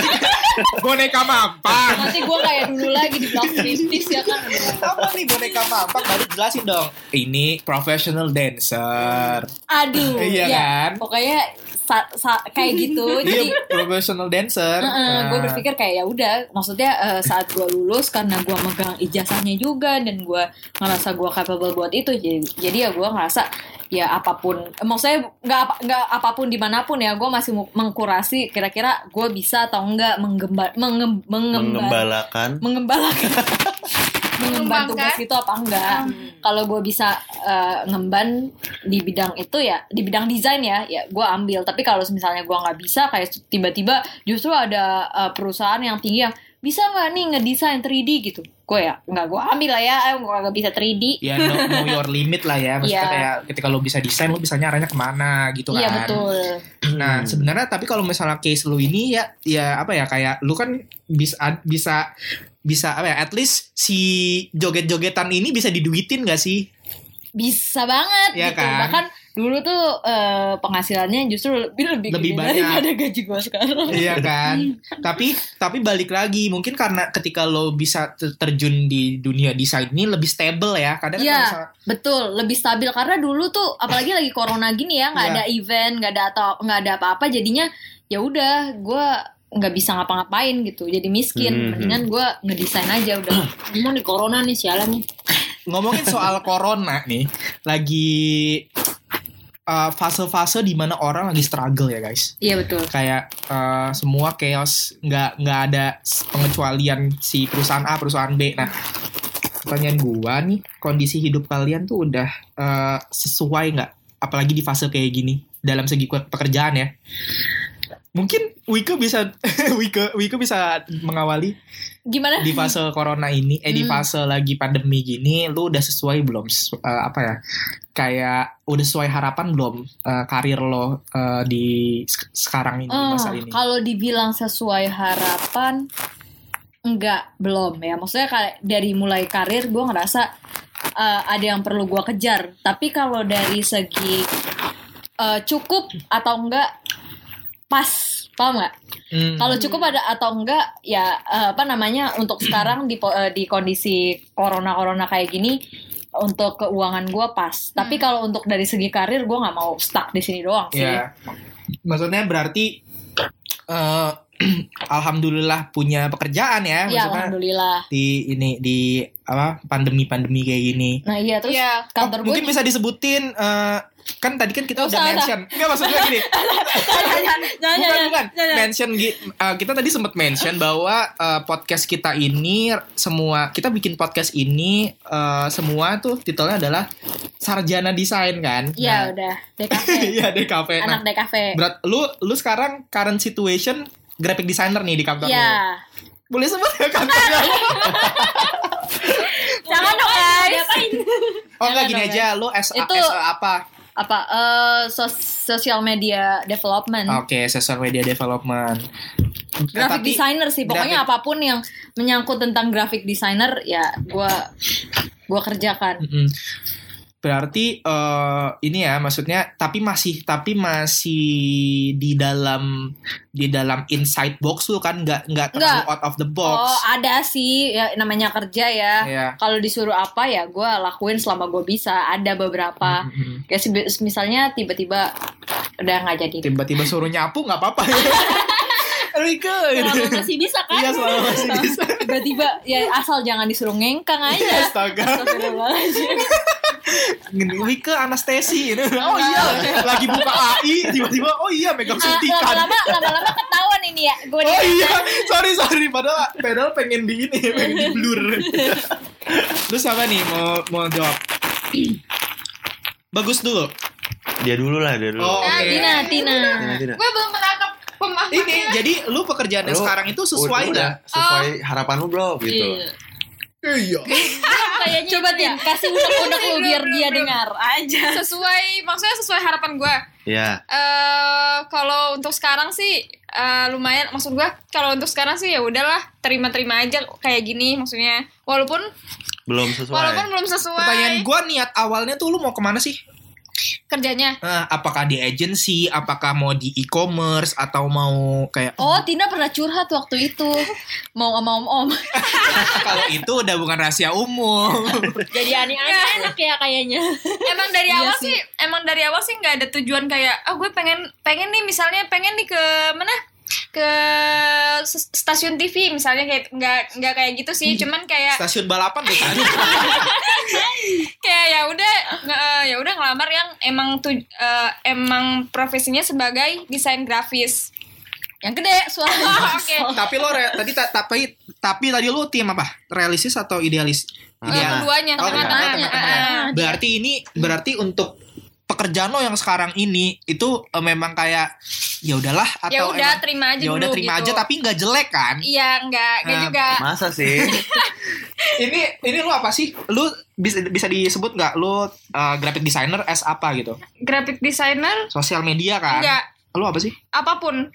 Boneka mampang. Nanti gue kayak dulu lagi di blog bisnis ya kan. Apa nih boneka mampang? Baru jelasin dong. Ini professional dancer. Aduh, Iya ya, kan? pokoknya sa- sa- kayak gitu. Jadi Iya, professional dancer. Nah. gue berpikir kayak ya udah, maksudnya eh, saat gue lulus karena gue megang ijazahnya juga dan gue ngerasa gue capable buat itu, jadi, jadi ya gue ngerasa ya apapun, eh, maksudnya nggak apa- nggak apapun dimanapun ya, gue masih mau mengkurasi kira-kira gue bisa atau enggak menggemba, mengem, mengemba, Mengembalakan. mengembalakan mengemban tugas itu apa enggak. Kalau gue bisa uh, ngemban di bidang itu ya, di bidang desain ya, ya gue ambil. Tapi kalau misalnya gue nggak bisa, kayak tiba-tiba justru ada uh, perusahaan yang tinggi yang bisa nggak nih ngedesain tiga D gitu, gue ya nggak, gue ambil lah ya, gue nggak bisa tiga D. Ya know, know your limit lah ya. Maksudnya Iya. kayak ketika lo bisa desain, lo bisa nyaranya kemana gitu kan. Iya betul. Nah sebenarnya tapi kalau misalnya case lu ini ya ya apa ya, kayak lu kan bisa bisa bisa apa ya, at least si joget-jogetan ini bisa diduitin gak sih? Bisa banget Iya gitu. kan? Bahkan dulu tuh uh, penghasilannya justru lebih lebih, Lebih gede banyak. daripada gaji gue sekarang. Iya kan. tapi tapi balik lagi mungkin karena ketika lo bisa ter- terjun di dunia desain ini lebih stable ya. Kadang kan Iya, kalau misalnya- betul, lebih stabil karena dulu tuh apalagi lagi corona gini ya, nggak Iya. ada event, nggak ada atau nggak ada apa-apa, jadinya ya udah gue nggak bisa ngapa-ngapain gitu, jadi miskin. Hmm. Mendingan gue ngedesain aja udah. Emang di corona nih sialan nih. ngomongin soal corona nih, lagi uh, fase-fase di mana orang lagi struggle ya guys. Iya betul. Kayak uh, semua chaos, nggak nggak ada pengecualian si perusahaan A, perusahaan B. Nah, pertanyaan gua nih, kondisi hidup kalian tuh udah uh, sesuai nggak? Apalagi di fase kayak gini dalam segi pe- pekerjaan ya. Mungkin Wika bisa Wika Wika bisa mengawali Gimana? di fase corona ini, eh di Hmm. fase lagi pandemi gini, lu udah sesuai belum? Sesu- uh, apa ya? Kayak udah sesuai harapan belum uh, karir lo uh, di sek- sekarang ini di Eh, masa ini? kalau dibilang sesuai harapan, enggak, belum ya. Maksudnya kayak dari mulai karir gue ngerasa eh, ada yang perlu gue kejar. Tapi kalau dari segi eh, cukup atau enggak, pas, paham nggak? Hmm. Kalau cukup ada atau enggak, ya eh, apa namanya, untuk sekarang di po- eh, di kondisi corona corona kayak gini, untuk keuangan gue pas. Tapi kalau untuk dari segi karir gue nggak mau stuck di sini doang sih. Ya. Maksudnya berarti eh, alhamdulillah punya pekerjaan ya. Iya, Maksudnya alhamdulillah. di ini di apa pandemi-pandemi kayak gini. Nah iya terus Iya. kantor Oh, gue mungkin bisa disebutin eh, kan tadi kan kita Nggak udah usah, mention. Enggak maksud gue gini. bukan bukan mention gi- uh, kita tadi sempat mention bahwa uh, podcast kita ini semua kita bikin podcast ini uh, semua tuh titelnya adalah sarjana desain kan. Iya Nah, udah D K V. Iya D K V. Anak Nah, D K V. berat lu lu sekarang current situation graphic designer nih di kantor lu. Iya. Boleh sebut ya kantornya? Jangan dong guys. Oh enggak Jangan gini dong, aja lu S A, Itu- S A apa? Apa eh sos- social media development. Oke, social media development. Graphic Tapi- designer sih, pokoknya graphic- apapun yang menyangkut tentang graphic designer ya gua gua kerjakan. Mm-mm. Berarti eh, ini ya maksudnya tapi masih tapi masih di dalam di dalam inside box lu kan nggak nggak terlalu Nggak. out of the box. Oh, ada sih ya namanya kerja ya. Iya. Kalau disuruh apa ya gua lakuin selama gua bisa. Ada beberapa. Mm-mm. Kayak sebe- misalnya tiba-tiba udah nggak jadi. Tiba-tiba suruh nyapu nggak apa-apa ya. Rika Selama masih bisa kan? Iya selama masih bisa. Tiba-tiba ya asal jangan disuruh ngengkang aja. Astaga. Astagfirullahaladzim. Rika anestesi. Oh iya. Lagi buka A I tiba-tiba oh iya megang Ah, suntikan. lama-lama lama-lama ketahuan ini ya. Gue Oh iya, sorry sorry padahal padahal pengen di ini, pengen di blur. Terus apa nih mau mau jawab? Bagus dulu. Dia dulu lah, dia dulu. Oh, Nah, oke. Tina, Tina. Tina, Tina. Gue belum menangkap pemahamannya. Ini jadi lu pekerjaan yang Lu sekarang itu sesuai udah nggak? sesuai harapan lu bro gitu. Iya. Iya. Kayaknya Coba itu Tin, ya. kasih unek-unek lu biar Belum, dia belum, dengar aja. Sesuai, maksudnya sesuai harapan gue. Iya. Eh kalau untuk sekarang sih eh, lumayan. Maksud gue kalau untuk sekarang sih ya udahlah terima-terima aja kayak gini. Maksudnya walaupun Belum sesuai. walaupun belum sesuai Pertanyaan gua niat awalnya tuh lu mau kemana sih? kerjanya. Nah, apakah di agency, apakah mau di e-commerce atau mau kayak Oh, Tina pernah curhat waktu itu. Mau sama om-om. kalau itu udah bukan rahasia umum. Jadi aneh-aneh enak ya kayaknya. Emang dari Iya awal sih. sih, emang dari awal sih nggak ada tujuan kayak, ah gue pengen pengen nih misalnya pengen nih ke mana ke s- stasiun T V misalnya kayak nggak nggak kayak gitu sih, cuman kayak Stasiun balapan bukan? kayak ya udah nge- eh, ya udah ngelamar yang emang tuh eh, emang profesinya sebagai desain grafis. Yang gede suaranya. Oke. Tapi lo re- tadi ta- tapi tapi tadi lu tim apa? Realistis atau idealis? Eh, Tengah. keduanya Oh, tengah-tengah. tengah-tengah. Ah, ah. Berarti ini berarti untuk pekerjaan lo yang sekarang ini itu eh, memang kayak ya udahlah atau Ya udah emang- terima aja ya dulu udah terima gitu. aja tapi nggak jelek kan? Iya nggak nggak Nah, juga. Masa sih? ini ini lu apa sih? Lu bisa bisa disebut nggak lu uh, graphic designer as apa gitu? Graphic designer Sosial media kan? enggak Lu apa sih? apapun.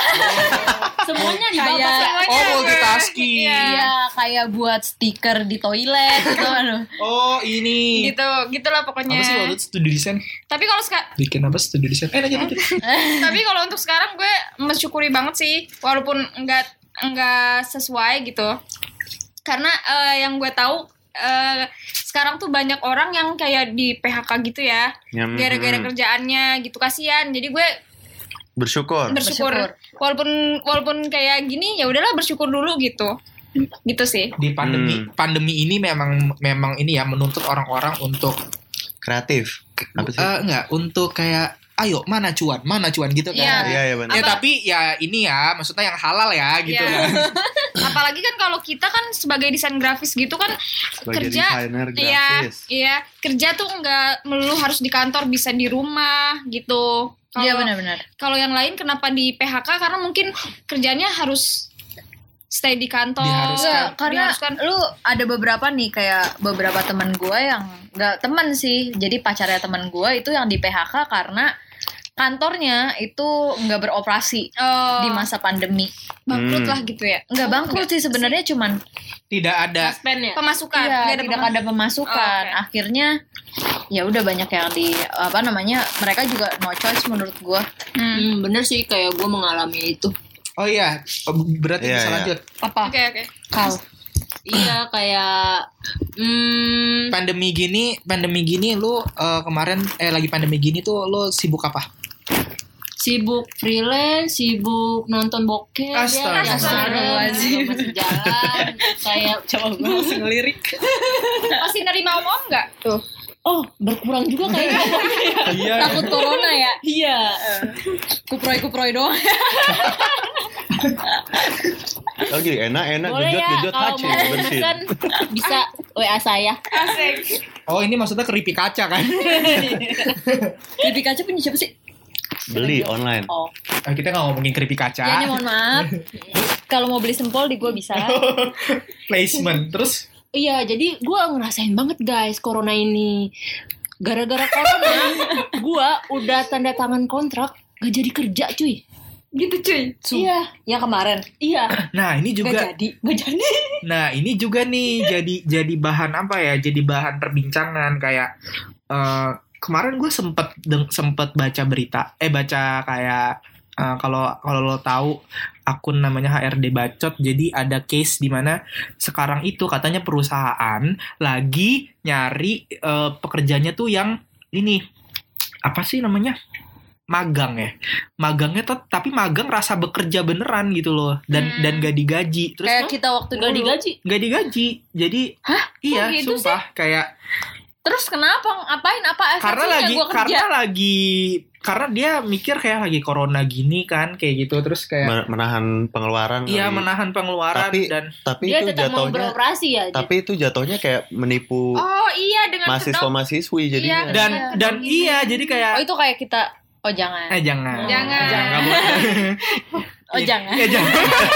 Semuanya di Kayak- bawah. Semuanya Oh, gue- multitasking. Iya. Iya, kayak buat stiker di toilet gitu. Aduh. Oh, ini. Gitu gitulah pokoknya. Apa sih waktu itu studi desain? Tapi kalau seka- Bikin apa studi desain? Eh, lanjut lanjut. tapi kalau untuk sekarang gue mensyukuri banget sih walaupun enggak enggak sesuai gitu. Karena eh, yang gue tahu eh, sekarang tuh banyak orang yang kayak di P H K gitu ya. Ya, Gara-gara mhm. kerjaannya gitu kasihan. Jadi gue Bersyukur. bersyukur. Bersyukur. Walaupun walaupun kayak gini ya udahlah bersyukur dulu gitu. Gitu sih. Di pandemi Hmm. pandemi ini memang memang ini ya menuntut orang-orang untuk Kreatif. Apa sih? eh, enggak untuk kayak ayo mana cuan mana cuan gitu kan. Iya. Iya, iya benar. Ya Apa- tapi ya ini ya maksudnya yang halal ya gitu Iya. kan. Apalagi kan kalau kita kan sebagai desain grafis gitu kan Sebagai kerja desainer iya grafis. iya kerja tuh nggak melulu harus di kantor, bisa di rumah gitu. Iya Kalau benar-benar. kalau yang lain kenapa di P H K karena mungkin kerjanya harus stay di kantor. Diharuskan. Enggak, karena Diharuskan. lu ada beberapa nih kayak beberapa teman gue yang nggak teman sih, jadi pacarnya teman gue itu yang di P H K karena kantornya itu nggak beroperasi Oh, di masa pandemi. bangkrut Hmm. lah gitu ya. Nggak bangkrut sih sebenarnya, cuman Tidak ada Suspend ya. Pemasukan iya, nggak ada tidak pemas- ada pemasukan. Oh, oke. Akhirnya ya udah banyak yang di apa namanya, mereka juga no choice menurut gue. Hmm. Hmm, bener sih kayak gue mengalami itu. Oh iya, oh, berarti Iya, bisa iya. lanjut. Apa? Oke oke. Kal. Iya kayak hmm, Pandemi gini, pandemi gini lu uh, kemarin eh lagi pandemi gini tuh lu sibuk apa? sibuk freelance, sibuk nonton bokep Astaga. ya, Astagfirullahaladzim. masih jalan kayak Coba gue langsung ngelirik. Masih nerima om-om nggak tuh? oh berkurang juga kayaknya. Iya. Takut corona ya. Iya. Kuproy-kuproy doang. Oh gini enak-enak Boleh ya gejot-gejot kalau haci mau bersih. kan bisa W A saya. Asik. Oh ini maksudnya keripik kaca kan? Keripik kaca punya siapa sih? Beli online. Oh, Eh, kita nggak ngomongin keripik kaca. ya ini mohon maaf. Kalau mau beli sempol di gue bisa. Placement. Terus Iya, jadi gue ngerasain banget guys corona ini. Gara-gara corona, gue udah tanda tangan kontrak gak jadi kerja cuy. Gitu cuy. Iya, Yang kemarin iya. nah ini gak juga jadi, gak jadi. Nah ini juga nih jadi jadi bahan apa ya? Jadi bahan perbincangan kayak eh, kemarin gue sempet deng- sempet baca berita, eh baca kayak eh, kalau kalau lo tahu akun namanya H R D Bacot. Jadi ada case di mana sekarang itu katanya perusahaan lagi nyari eh, pekerjanya tuh yang ini apa sih namanya? Magang ya, magangnya tuh tapi magang rasa bekerja beneran gitu loh dan Hmm. dan gak digaji. Terus Kayak kita waktu Gak dulu. digaji. nggak digaji jadi Hah? iya Kok gitu sumpah kayak Terus kenapa? Ngapain? Apa karena esensinya lagi gua kerja? karena lagi karena dia mikir kayak lagi corona gini kan kayak gitu terus kayak Men- menahan pengeluaran. iya kali. menahan pengeluaran Tapi- dan Tapi Dia itu tetap mau jatuhnya. beroperasi ya. Tapi itu jatuhnya kayak menipu Oh iya dengan mahasiswa-mahasiswi jadinya. Iya. dan Iya, dan dong, iya ini. jadi kayak Oh itu kayak kita. Oh jangan. eh jangan Jangan. nggak boleh. Oh jangan. ya jangan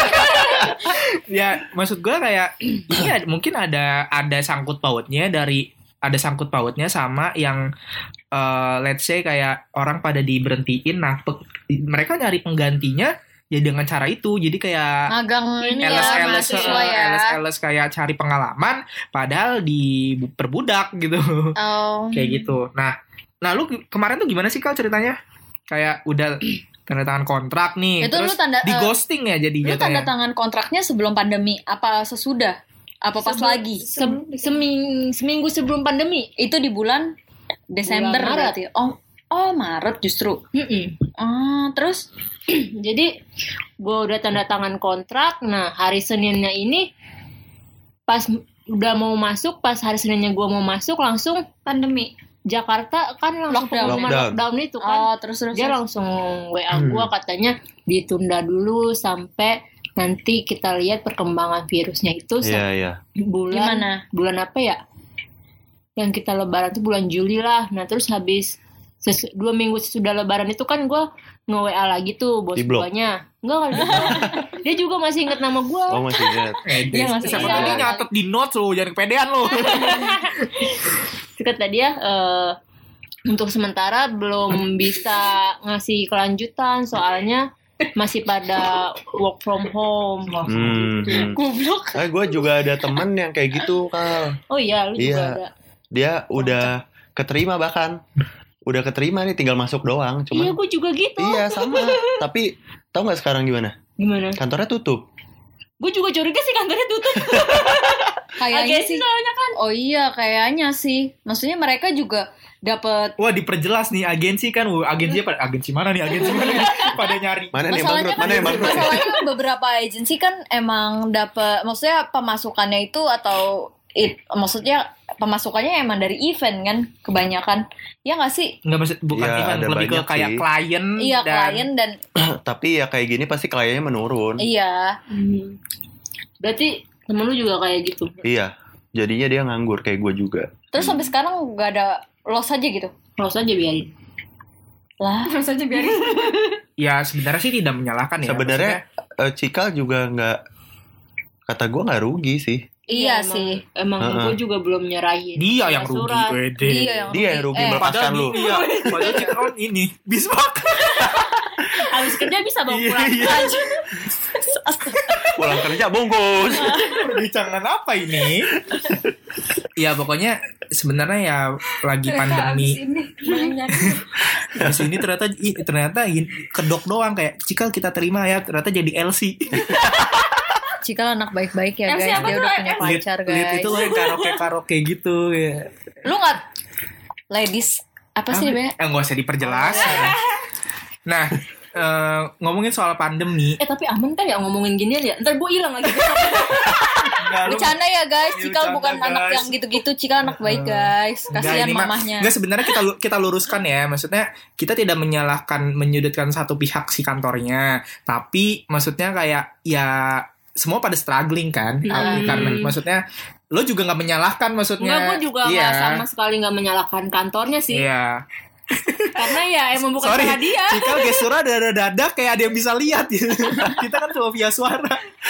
ya maksud gue kayak iya mungkin ada ada sangkut pautnya dari ada sangkut pautnya sama yang eh, let's say kayak orang pada diberhentiin nah pe- mereka nyari penggantinya ya dengan cara itu jadi kayak Magang ini ya L S L S mahasiswa ya. L S L S kayak cari pengalaman padahal diperbudak gitu Oh. kayak gitu nah nah lu kemarin tuh gimana sih Kal ceritanya kayak udah tanda tangan kontrak nih Itu lu terus tanda- di eh, ghosting ya jadi Lu tanda jatuhnya tangan kontraknya sebelum pandemi apa sesudah? Apa pas Sebelum- lagi? Sem- seming- seminggu sebelum pandemi. Itu di bulan Desember Bulan Maret. berarti. Oh, oh Maret justru. Mm-mm. Ah, terus Jadi gue udah tanda tangan kontrak. Nah hari Seninnya ini pas udah mau masuk, pas hari Seninnya gue mau masuk langsung pandemi. Jakarta kan langsung Lockdown. pengumuman Lockdown. lockdown itu kan. oh terus terus. Dia terus. langsung W A Hmm. gue katanya ditunda dulu sampai nanti kita lihat perkembangan virusnya itu Iya, iya. bulan Gimana? bulan apa ya? Yang kita lebaran tuh bulan Juli lah. Nah terus habis ses- dua minggu sesudah lebaran itu kan gue nge-W A lagi tuh bos Di blok? guanya. Enggak kan dia juga masih inget nama gue. Oh masih ingat. Eh, Iya, masih siapa iya. tahu dia nyatet di notes lo jangan kepedean lo Kata dia eh, untuk sementara belum bisa ngasih kelanjutan soalnya masih pada work from home. Hmm. hmm. Goblok. Eh, gue juga ada temen yang kayak gitu, Kal. Oh iya, lu juga Iya. ada. Dia udah keterima bahkan. Udah keterima nih, tinggal masuk doang. Iya, Cuman gue juga gitu. iya sama. Tapi tahu nggak sekarang gimana? Gimana? Kantornya tutup. Gue juga curiga sih kantornya tutup. Kayaknya Agensi sih. soalnya kan. Oh iya, kayaknya sih. Maksudnya mereka juga dapat. wah diperjelas nih agensi kan Wah, agensinya pada agensi mana nih agensi mana nih? Pada nyari Mana nih yang Masalahnya bangkrut? kan Mana yang bangkrut? masalahnya beberapa agensi kan emang dapat, maksudnya pemasukannya itu atau it, maksudnya pemasukannya emang dari event kan kebanyakan. Ya nggak sih? nggak maksud bukan Iya, event ada lebih ke banyak kayak sih. klien Iya dan klien dan Tapi ya kayak gini pasti kliennya menurun. iya. Hmm. Berarti temen lu juga kayak gitu. Iya. Jadinya dia nganggur kayak gue juga. Terus sampai sekarang nggak ada loss aja gitu. Close aja biarin. Lah. Terus aja biarin. ya sebenarnya sih tidak menyalahkan ya Sebenarnya eh, Cikal juga nggak, kata gue nggak rugi sih. Iya emang, sih. Emang Uh-uh. gue juga belum nyerahin. dia yang rugi Surat. wede. Dia yang Dia yang rugi Eh, melepaskan padahal lu. di- iya padahal kita kan ini bismak Habis kerja bisa bawa Iya, pulang. iya. Pulang kerja bungkus. perbincangan apa ini ya pokoknya sebenarnya ya lagi pandemi di sini ternyata i- ternyata in- kedok doang kayak Cikal kita terima ya ternyata jadi L C Cikal anak baik-baik ya Yang guys. siapa Dia tuh? udah punya Eh, pacar Lihat guys. itu loh yang karaoke-karaoke gitu ya. Lu nggak ladies apa sih Ah, Be? eh, nggak usah diperjelas. Nah, eh, ngomongin soal pandemi. Eh tapi aman kan ya ngomongin ginian ya? Ntar gue hilang lagi. Enggak, lu- Bercanda ya guys. Iya, Cikal bercanda, bukan anak guys. yang gitu-gitu. Cikal anak baik guys. Enggak, Kasihan ini mah- mamahnya. Enggak, sebenarnya kita lu- kita luruskan ya. Maksudnya kita tidak menyalahkan menyudutkan satu pihak si kantornya, tapi maksudnya kayak ya semua pada struggling kan. Hmm. Karena maksudnya lo juga nggak menyalahkan maksudnya. Enggak, gue juga iya. nggak sama sekali nggak menyalahkan kantornya sih. Iya. Karena ya emang bukan Sorry, salah dia. Cikal gestura dada-dada kayak ada yang bisa lihat gitu. Kita kan cuma via suara.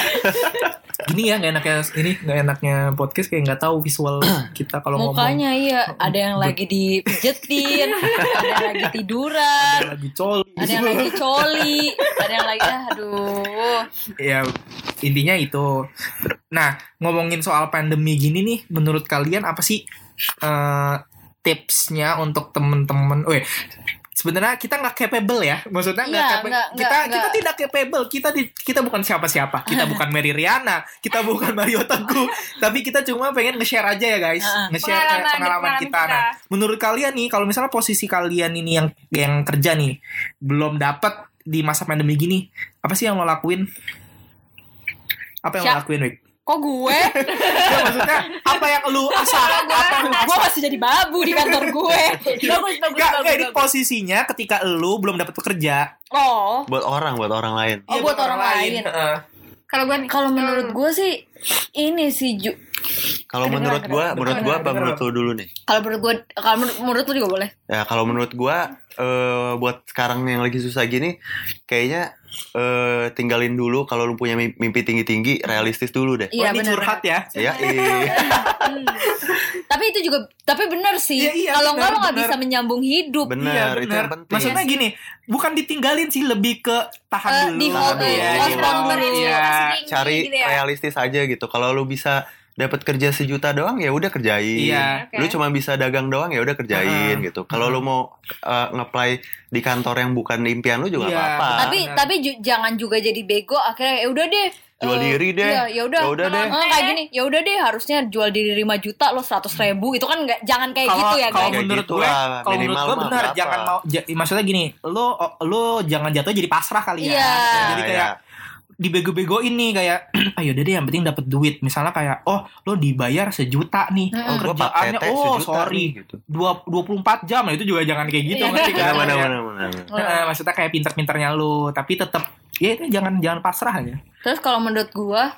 Gini ya, nggak enaknya ini nggak enaknya podcast kayak nggak tahu visual kita kalau ngomong. Mukanya iya. Ada yang lagi dipijetin. Ada yang lagi tiduran. Ada lagi coli. Ada yang lagi coli. Ada yang lagi aduh. Ya intinya itu. Nah, ngomongin soal pandemi gini nih, menurut kalian apa sih eh, tipsnya untuk temen-temen? Weh, sebenarnya kita nggak capable ya, maksudnya nggak Iya, capa- nggak, kita nggak, kita nggak. tidak capable, kita di- kita bukan siapa-siapa, kita bukan Mary Riana, kita bukan Mario Teguh, tapi kita cuma pengen nge-share aja ya guys, Heeh. nge-share kayak Pengalaman, pengalaman pengalaman kita. kita. Nah, menurut kalian nih, kalau misalnya posisi kalian ini yang yang kerja nih belum dapat di masa pandemi gini, apa sih yang lo lakuin? Apa yang lo Siap. lakuin, Wik? Kok gue? Ya, maksudnya apa yang lu asah? Apa yang lu Gue masih jadi babu di kantor gue. Bagus, bagus, Gak, bagus, gak, ini bagus. posisinya ketika lu belum dapat pekerja. Oh. Buat orang, buat orang lain. Oh, Iya, buat orang lain. Heeh. Kalau gue nih, Kalau menurut gue sih ini sih Ju. Kalau Kedengeran, menurut gua, kedengeran, menurut gua apa kedengeran. menurut lu dulu nih? Kalau menurut gue, kalau menurut, menurut lu juga boleh. Ya kalau menurut gua eh, buat sekarang yang lagi susah gini, kayaknya eh, tinggalin dulu kalau lu punya mim- mimpi tinggi-tinggi, realistis dulu deh. Wah, Iya ini benar. curhat ya. Ya, iya. Tapi itu juga, tapi benar sih. Iya, iya, Kalau benar, enggak lo nggak benar. bisa menyambung hidup. Benar, Iya, itu benar. yang penting. Maksudnya gini, bukan ditinggalin sih, lebih ke tahan Eh, dulu. di hold, eh, Iya, hold di on hold. dulu. Iya. Cari gitu ya. realistis aja gitu. Kalau lu bisa dapat kerja sejuta doang ya udah kerjain. Iya. Lu cuma bisa dagang doang ya udah kerjain Uh-huh. gitu. Kalau lu mau uh, nge-apply di kantor yang bukan impian lu juga Iya, apa-apa. Tapi benar. tapi ju- jangan juga jadi bego akhirnya ya udah deh. Jual eh, diri deh. Iya, ya udah. Ya udah deh. Eh, kayak gini, ya udah deh harusnya jual diri lima juta lo seratus ribu itu kan nggak jangan kayak Kalau gitu ya kalau guys. Kayak menurut gitu gue, lah, kalau menurut minimal gue mah benar, berapa? jangan mau. Ja, maksudnya gini, lo lo jangan jatuh jadi pasrah kali ya. Iya. Jadi Ya, kayak dibego-begoin nih kayak ayo deh deh yang penting dapat duit. Misalnya kayak oh lo dibayar sejuta nih. Oh, gua kerjaannya pakai oh sejuta sorry nih, gitu. dua dua puluh empat jam. Nah, itu juga jangan kayak gitu Iya. ngerti kan? Mana Kayak, mana mana. eh, maksudnya kayak pinter-pinternya lu, tapi tetap ya itu jangan jangan pasrah aja. Terus kalau menurut gua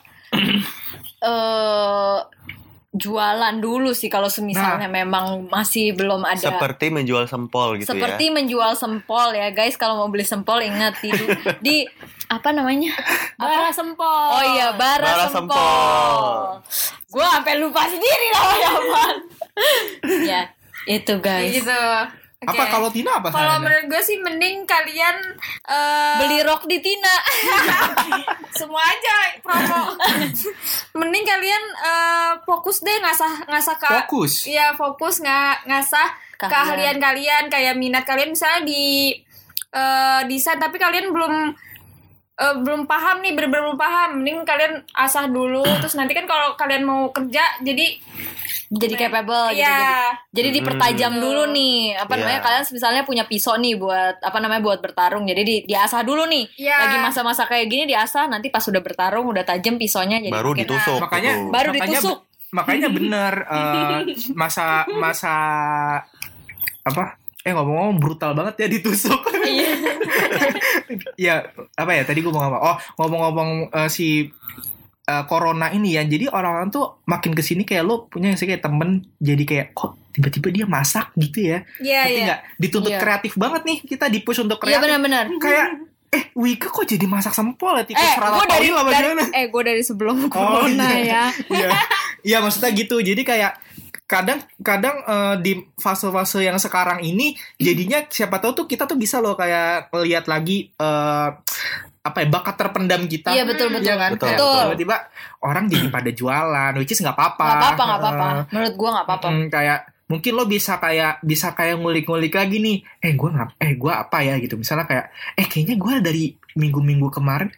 eh jualan dulu sih kalau semisalnya memang masih belum ada. Seperti menjual sempol gitu Seperti ya. menjual sempol ya guys, kalau mau beli sempol ingat di, di apa namanya? Bara sempol. Oh iya, bara, Bara sempol. sempol. Gue sampai lupa sendiri namanya apa. Ya, itu guys. gitu. Oke. Apa kalau Tina apa Kalau sarannya? menurut gue sih mending kalian eh, Beli rok di Tina. semua aja promo. Mending kalian eh, fokus deh ngasah ngasah ke Fokus. Iya, fokus nggak ngasah Keahlian. keahlian kalian kayak minat kalian misalnya di eh, desain tapi kalian belum eh, belum paham nih bener-bener belum paham. Mending kalian asah dulu terus nanti kan kalau kalian mau kerja jadi Jadi capable gitu. Iya. Jadi, jadi Hmm. dipertajam dulu nih. Apa Iya. namanya? Kalian misalnya punya pisau nih buat apa namanya buat bertarung. Jadi di, diasah dulu nih. Iya. Lagi masa-masa kayak gini diasah, nanti pas sudah bertarung udah tajam pisaunya jadi Baru makin- ditusuk. Makanya gitu. Baru makanya, ditusuk. Makanya bener eh, masa masa apa? Eh ngomong-ngomong brutal banget ya ditusuk. Iya. Ya apa ya tadi gue mau ngomong. Oh ngomong-ngomong eh, si eh, corona ini ya. Jadi orang-orang tuh makin kesini kayak lo punya sih kayak temen jadi kayak kok tiba-tiba dia masak gitu ya. Iya, Ngerti iya. nggak? Dituntut Iya. kreatif banget nih kita di push untuk Iya kreatif. benar-benar. Kayak eh Wika kok jadi masak sempol ya? Tikus Eh, gue dari, ratatouille apa dari gimana? eh gue dari sebelum Oh, corona iya. ya. Iya, iya maksudnya gitu. Jadi kayak kadang-kadang eh, di fase-fase yang sekarang ini jadinya siapa tahu tuh kita tuh bisa loh kayak lihat lagi eh, apa ya bakat terpendam kita. Iya betul betul. Iya kan? Betul, Kayak betul. tiba-tiba orang jadi pada jualan, which is nggak apa-apa. Nggak apa-apa nggak apa-apa. Eh, Menurut gue nggak apa-apa. mm, kayak mungkin lo bisa kayak bisa kayak ngulik-ngulik lagi nih. Eh gue ngap, eh gue apa ya gitu. Misalnya kayak, eh kayaknya gue dari minggu-minggu kemarin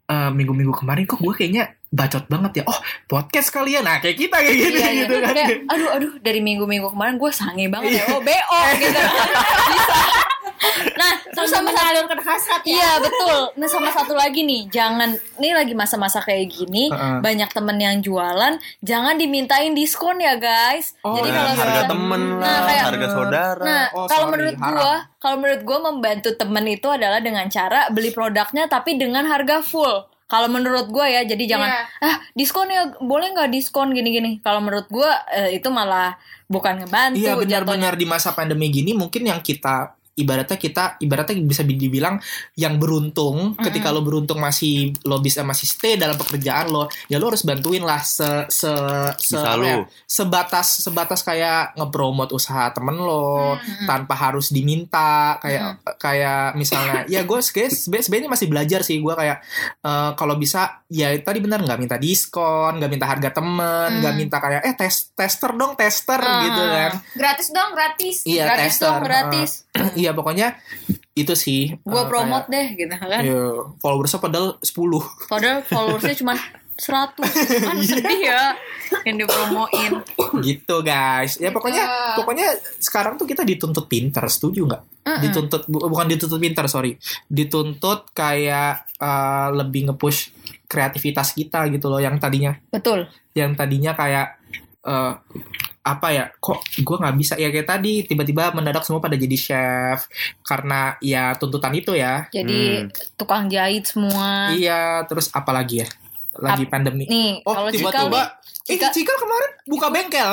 eh, minggu-minggu kemarin kok gue kayaknya bacot banget ya. Oh, podcast kalian. Nah, kayak kita kayak gitu Iya, iya. gitu kan. Kayak, aduh aduh dari minggu-minggu kemarin gue sange banget ya. Oh B O gitu kan. Bisa. Nah, terus sama satu menyalurkan hasrat ya. Iya betul. Nah sama satu lagi nih, jangan nih lagi masa-masa kayak gini, Uh-uh. banyak temen yang jualan, jangan dimintain diskon ya guys. Oh, Jadi iya, kalau harga misalnya- temen Nah, lah, kayak- harga saudara. Nah, Oh, kalau sorry, menurut haram. gua, kalau menurut gua membantu temen itu adalah dengan cara beli produknya tapi dengan harga full. Kalau menurut gua ya, jadi jangan Iya. ah diskon ya, boleh nggak diskon gini-gini. Kalau menurut gua eh, itu malah bukan ngebantu. Iya jatuhnya. benar-benar di masa pandemi gini mungkin yang kita ibaratnya kita ibaratnya bisa dibilang yang beruntung ketika lo beruntung masih lo bisa masih stay dalam pekerjaan lo, ya lo harus bantuin lah se se, se Bisa apa ya, lo. sebatas sebatas kayak ngepromot usaha temen lo tanpa harus diminta kayak kayak misalnya ya gue guys sebenarnya masih belajar sih gue kayak eh, kalau bisa ya tadi benar nggak minta diskon, nggak minta harga temen, nggak minta kayak eh tes tester dong tester Ah. gitu kan. Gratis dong, gratis. Iya, Gratis tester. dong, gratis. Uh, iya, pokoknya itu sih. Gua uh, promote kayak, deh gitu kan. Iya, followersnya padahal sepuluh. Padahal followersnya cuma seratus. Kan sedih ya yang dipromoin. Gitu, guys. Ya pokoknya Gitu. pokoknya sekarang tuh kita dituntut pinter, setuju nggak? Mm-mm. Dituntut bu- bukan dituntut pinter, sorry. Dituntut kayak uh, lebih nge-push kreativitas kita gitu loh yang tadinya Betul. yang tadinya kayak uh, apa ya, kok gue nggak bisa ya kayak tadi tiba-tiba mendadak semua pada jadi chef karena ya tuntutan itu ya. Jadi Hmm. tukang jahit semua. Iya, terus apa lagi ya? Lagi Ap- pandemi. Nih, Oh, kalau Cikal tiba-tiba nih, Eh, Cika- Cika kemarin buka bengkel.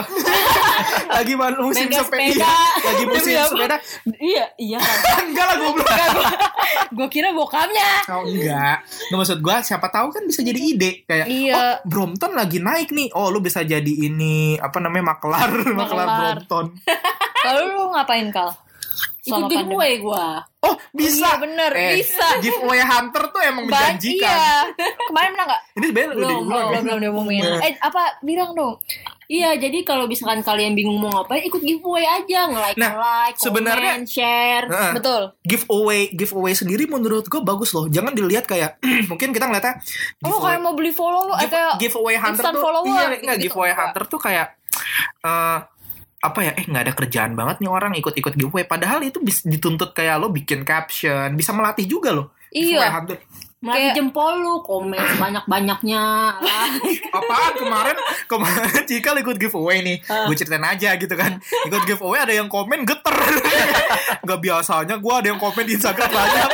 Lagi man- musim Bengkel sepeda. sepeda. Lagi musim Demi apa? sepeda. iya, iya kan. Enggak lah goblok. Gue kira bokapnya. Oh, enggak. Nggak, maksud gua siapa tahu kan bisa jadi ide kayak Iya. oh, Brompton lagi naik nih. Oh, lu bisa jadi ini apa namanya maklar, maklar Maklar. Brompton. Kalau lu ngapain, Kal? Ikut Selama pandemi. giveaway gue. Oh, bisa. Iya, bener, Eh, bisa. Giveaway hunter tuh emang Ba- menjanjikan. Iya. Kemarin menang gak? Ini sebenarnya udah Belum, diulang belum, ya. belum diumumin. Eh, apa? Bilang dong. Iya, jadi kalau misalkan kalian bingung mau ngapain, ikut giveaway aja, nge-like, Nah, like, sebenarnya- comment, share. Heeh. Betul. Giveaway giveaway sendiri menurut gue bagus loh. Jangan dilihat kayak mungkin kita ngeliatnya Oh, giveaway- kayak mau beli follow lu eh, Give- kayak giveaway hunter instant tuh follower iya gitu-gitu. nggak giveaway Enggak. hunter tuh kayak eh apa ya eh nggak ada kerjaan banget nih orang ikut-ikut giveaway padahal itu bisa dituntut kayak lo bikin caption bisa melatih juga loh giveaway Iya. hunter. Melatih Kayak- jempol lu, komen sebanyak-banyaknya. like. Apaan kemarin kemarin Cikal ikut giveaway nih gue ceritain aja gitu kan ikut giveaway ada yang komen geter nggak biasanya gue ada yang komen di Instagram banyak.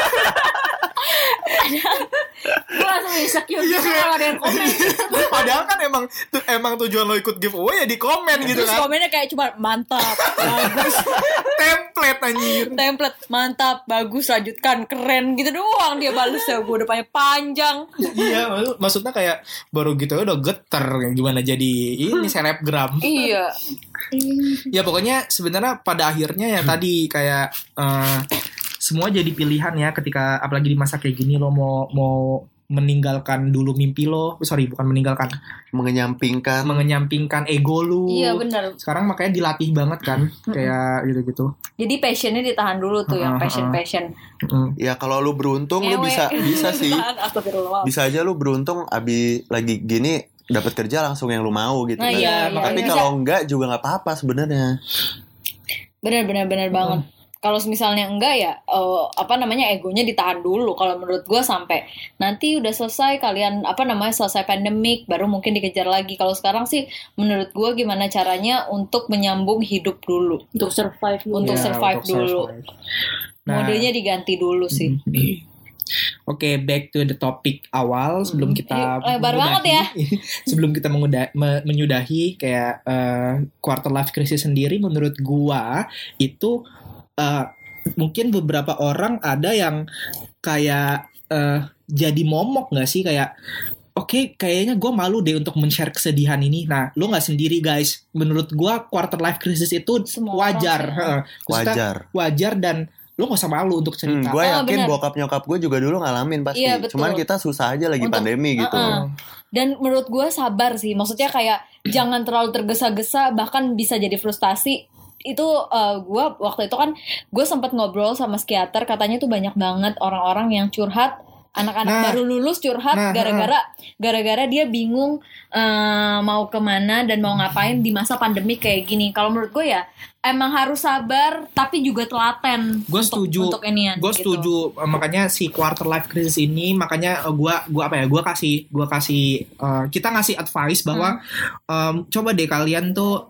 Gue langsung insecure Iya, gitu kayak- kalau ada yang komen. Padahal kan emang tu- emang tujuan lo ikut giveaway ya di komen gitu Terus kan komennya kayak cuma mantap, bagus, template anjir. template, mantap, bagus, lanjutkan, keren gitu doang dia balesnya. Gue udah panjang panjang. Iya, maksud- maksudnya kayak baru gitu udah geter gimana jadi ini selebgram. Iya. Ya pokoknya sebenarnya pada akhirnya ya tadi kayak eh, semua jadi pilihan ya ketika apalagi di masa kayak gini lo mau mau meninggalkan dulu mimpi lo, sorry bukan meninggalkan, Mengenyampingkan. mengenyampingkan ego lu. Iya benar. Sekarang makanya dilatih banget kan kayak gitu-gitu. Jadi passionnya ditahan dulu tuh yang Heeh, passion heeh. passion. Mm. Ya kalau lu beruntung lu Ngewe. bisa bisa sih. Astagfirullah. Bisa aja lu beruntung abis lagi gini dapat kerja langsung yang lu mau gitu Nah, kan. iya, iya, Tapi iya. kalau enggak juga nggak apa-apa sebenarnya. Benar benar benar banget. Kalau misalnya enggak ya eh, apa namanya egonya ditahan dulu. Kalau menurut gue sampai nanti udah selesai kalian apa namanya selesai pandemik baru mungkin dikejar lagi. Kalau sekarang sih menurut gue gimana caranya untuk menyambung hidup dulu. Untuk survive lu. Untuk Ya, survive untuk dulu. survive. Nah, Modenya diganti dulu sih. Oke, back to the topic awal sebelum kita Ih, lebar banget ya. sebelum kita menguda- me- menyudahi kayak eh, quarter life crisis sendiri, menurut gua itu eh, mungkin beberapa orang ada yang kayak eh, jadi momok nggak sih kayak oke kayaknya gue malu deh untuk men-share kesedihan ini. Nah, lo nggak sendiri guys. Menurut gua quarter life crisis itu Semua orang wajar, sih, ya. Heeh. Maksudnya Wajar. wajar dan lo gak usah malu untuk Hmm, cerita. gue Oh, yakin benar. bokap nyokap gue juga dulu ngalamin pasti. Iya, betul. Cuman kita susah aja lagi Untuk- pandemi gitu. Uh-uh. Dan menurut gue sabar sih. Maksudnya kayak jangan terlalu tergesa-gesa bahkan bisa jadi frustasi. Itu uh, gue waktu itu kan gue sempat ngobrol sama psikiater katanya tuh banyak banget orang-orang yang curhat anak-anak Nah. baru lulus curhat Nah, gara-gara gara-gara dia bingung eh, mau kemana dan mau ngapain di masa pandemi kayak gini. Kalau menurut gue ya emang harus sabar tapi juga telaten. Gue untuk- setuju. Untuk inian. Gue gitu. setuju. Eh, makanya si quarter life crisis ini, makanya eh, gua gua apa ya? Gua kasih gua kasih eh, kita ngasih advice bahwa em, coba deh kalian tuh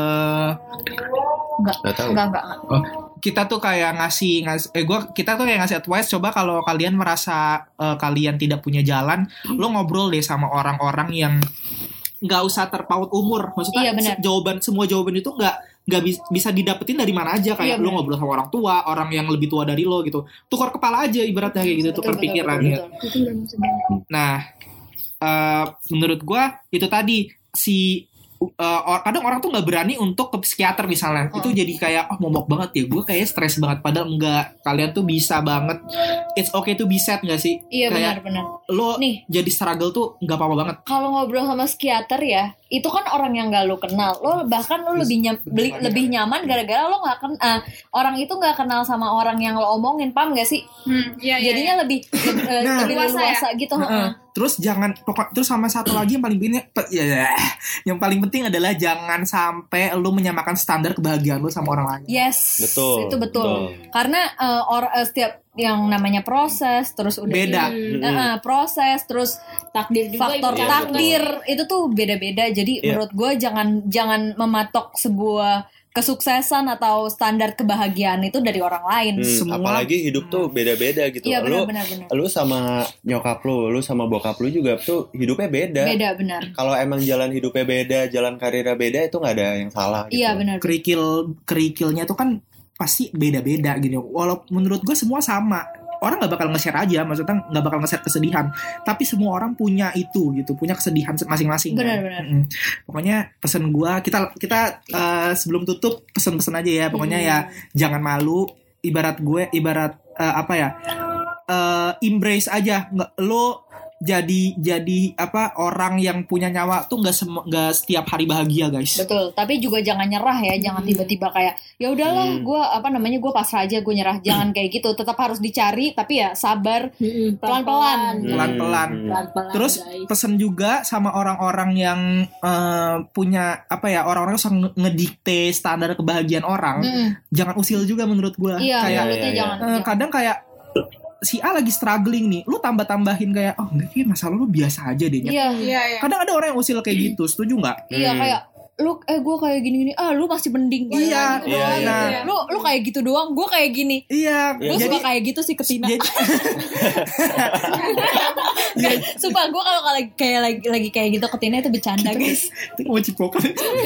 eh Enggak, Nggak tahu. enggak, enggak, enggak. kita tuh kayak ngasih ngasih eh gua kita tuh kayak ngasih advice, coba kalau kalian merasa eh, kalian tidak punya jalan, lo ngobrol deh sama orang-orang yang nggak usah terpaut umur. Maksudnya Iya, benar. se- jawaban semua jawaban itu nggak nggak bis- bisa didapetin dari mana aja, kayak Iya, lo benar. ngobrol sama orang tua, orang yang lebih tua dari lo gitu, tukar kepala aja ibaratnya kayak gitu, tukar Betul, betul, pikiran betul, gitu. betul. Nah, eh, menurut gua itu tadi si eh, or- kadang orang tuh nggak berani untuk ke psikiater misalnya, itu jadi kayak oh momok banget ya, gue kayak stres banget, padahal enggak. Kalian tuh bisa banget, it's okay to be sad nggak sih? Iya, Kayak benar-benar. lo Nih. jadi struggle tuh nggak apa-apa banget. Kalau ngobrol sama psikiater ya, itu kan orang yang gak lo kenal. Lo bahkan lo lebih nyam, beli- lebih nyaman gara-gara lo nggak ken, ah, orang itu nggak kenal sama orang yang lo omongin, paham gak sih? Hmm, iya, iya, Jadinya lebih lebih, eh, Nah. lebih Luasa leluasa gitu. Heeh. heeh. Terus jangan pokok terus sama satu lagi yang paling penting pe- ya, ya, yang paling penting adalah jangan sampai lo menyamakan standar kebahagiaan lo sama orang lain. Yes, Betul, itu betul. betul. Karena eh, or, eh, setiap yang namanya proses, terus udah Beda. ini, eh, eh, proses, terus Takdir juga faktor ikut takdir itu tuh beda-beda. Jadi Iya. menurut gue jangan jangan mematok sebuah kesuksesan atau standar kebahagiaan itu dari orang lain. Hmm, Semua- apalagi hidup tuh beda-beda gitu. Iya, lu benar-benar benar. lu sama nyokap lu, lu sama bokap lu juga tuh hidupnya beda. Beda benar. Kalau emang jalan hidupnya beda, jalan karirnya beda, itu nggak ada yang salah gitu. Iya benar. Kerikil kerikilnya tuh kan pasti beda-beda gini. Walaupun menurut gue semua sama. Orang nggak bakal nge-share aja, maksudnya nggak bakal nge-share kesedihan. Tapi semua orang punya itu gitu, punya kesedihan masing-masing. kan. Benar-benar. Mm-mm. Pokoknya pesan gue, kita kita eh, sebelum tutup pesan-pesan aja ya. Pokoknya ya jangan malu. Ibarat gue, ibarat eh, apa ya? eh, embrace aja. Nggak lo jadi jadi apa orang yang punya nyawa tuh nggak sem- nggak setiap hari bahagia guys. Betul, tapi juga jangan nyerah ya, jangan tiba-tiba kayak ya udahlah, Hmm. gue apa namanya gue pasrah aja, gue nyerah, jangan kayak gitu. Tetap harus dicari, tapi ya sabar. Mm-mm, Pelan-pelan. Hmm, Pelan-pelan. hmm. Pelan-pelan, Terus guys. pesen juga sama orang-orang yang eh, punya apa ya, orang-orang yang suka nge- ngedikte standar kebahagiaan orang, Mm-mm. jangan usil juga menurut gua. Iya, Kayak mulutnya iya, iya. jangan. eh, jangan. kadang kayak si A lagi struggling nih, lu tambah-tambahin kayak oh enggak, kayak masalah lu biasa aja deh. Iya, Iya, iya. Kadang ada orang yang usil kayak gitu, setuju nggak? iya Hmm. kayak lu eh gue kayak gini-gini, ah lu masih mending. Gua Iya, kayak gitu iya, doang. iya, iya. Lu lu kayak gitu doang, gue kayak gini. Iya, Iya. Gue jadi suka kayak gitu sih ke Tina. jadi- Sumpah gue kalau kalau lagi kayak lagi, lagi kayak gitu ke Tina itu bercanda guys. itu mau cipokan.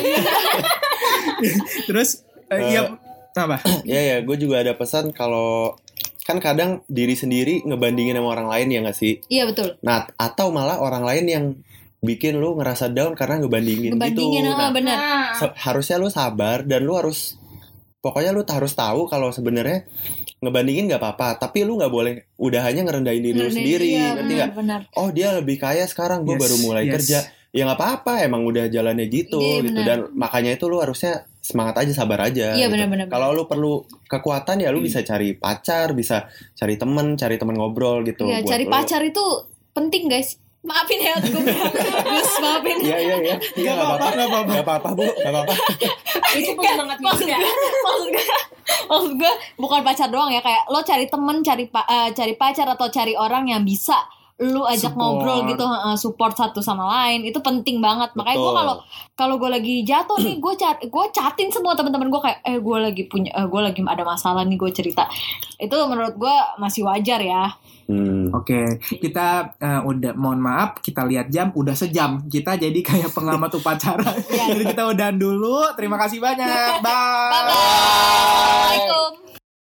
Terus eh, Eh, iya apa? Iya ya, gue juga ada pesan kalau kan kadang diri sendiri ngebandingin sama orang lain ya nggak sih? Iya betul. Nah, atau malah orang lain yang bikin lu ngerasa down karena ngebandingin, Ngebandingin, gitu. ah, Nah, benar. Nah, se- harusnya lu sabar dan lu harus pokoknya lu harus tahu kalau sebenarnya ngebandingin nggak apa-apa, tapi lu nggak boleh udah hanya ngerendahin diri lu Ngerendahin, sendiri, iya, ngerti nggak? benar. Oh dia lebih kaya sekarang, gue Yes, baru mulai yes. kerja, ya nggak apa-apa, emang udah jalannya gitu, Iya, gitu benar. dan makanya itu lu harusnya semangat aja, sabar aja. Iya, gitu. benar-benar. Kalau lu perlu kekuatan ya lu bisa cari pacar, bisa cari temen, cari temen ngobrol gitu. Iya, buat cari lu. pacar itu penting guys. Maafin ya gue Gus, maafin. Iya iya iya. Iya nggak apa-apa, nggak apa-apa, nggak apa-apa bu, nggak apa-apa. Itu penyemangat maksud juga. gue, maksud gue, maksud gue bukan pacar doang ya, kayak lo cari temen, cari pa- eh, cari pacar atau cari orang yang bisa lu ajak Support. ngobrol gitu, eh, support satu sama lain itu penting banget. Makanya gue Betul. kalau kalau gue lagi jatuh nih, gue cat gue chatin semua teman-teman gue kayak eh gue lagi punya eh, gue lagi ada masalah nih, gue cerita. Itu menurut gue masih wajar ya. Hmm. Oke, kita eh, udah mohon maaf, kita lihat jam udah sejam. Kita jadi kayak pengamat upacara. Iya. Jadi kita udahan dulu. Terima kasih banyak. Bye. Bye bye. Assalamualaikum.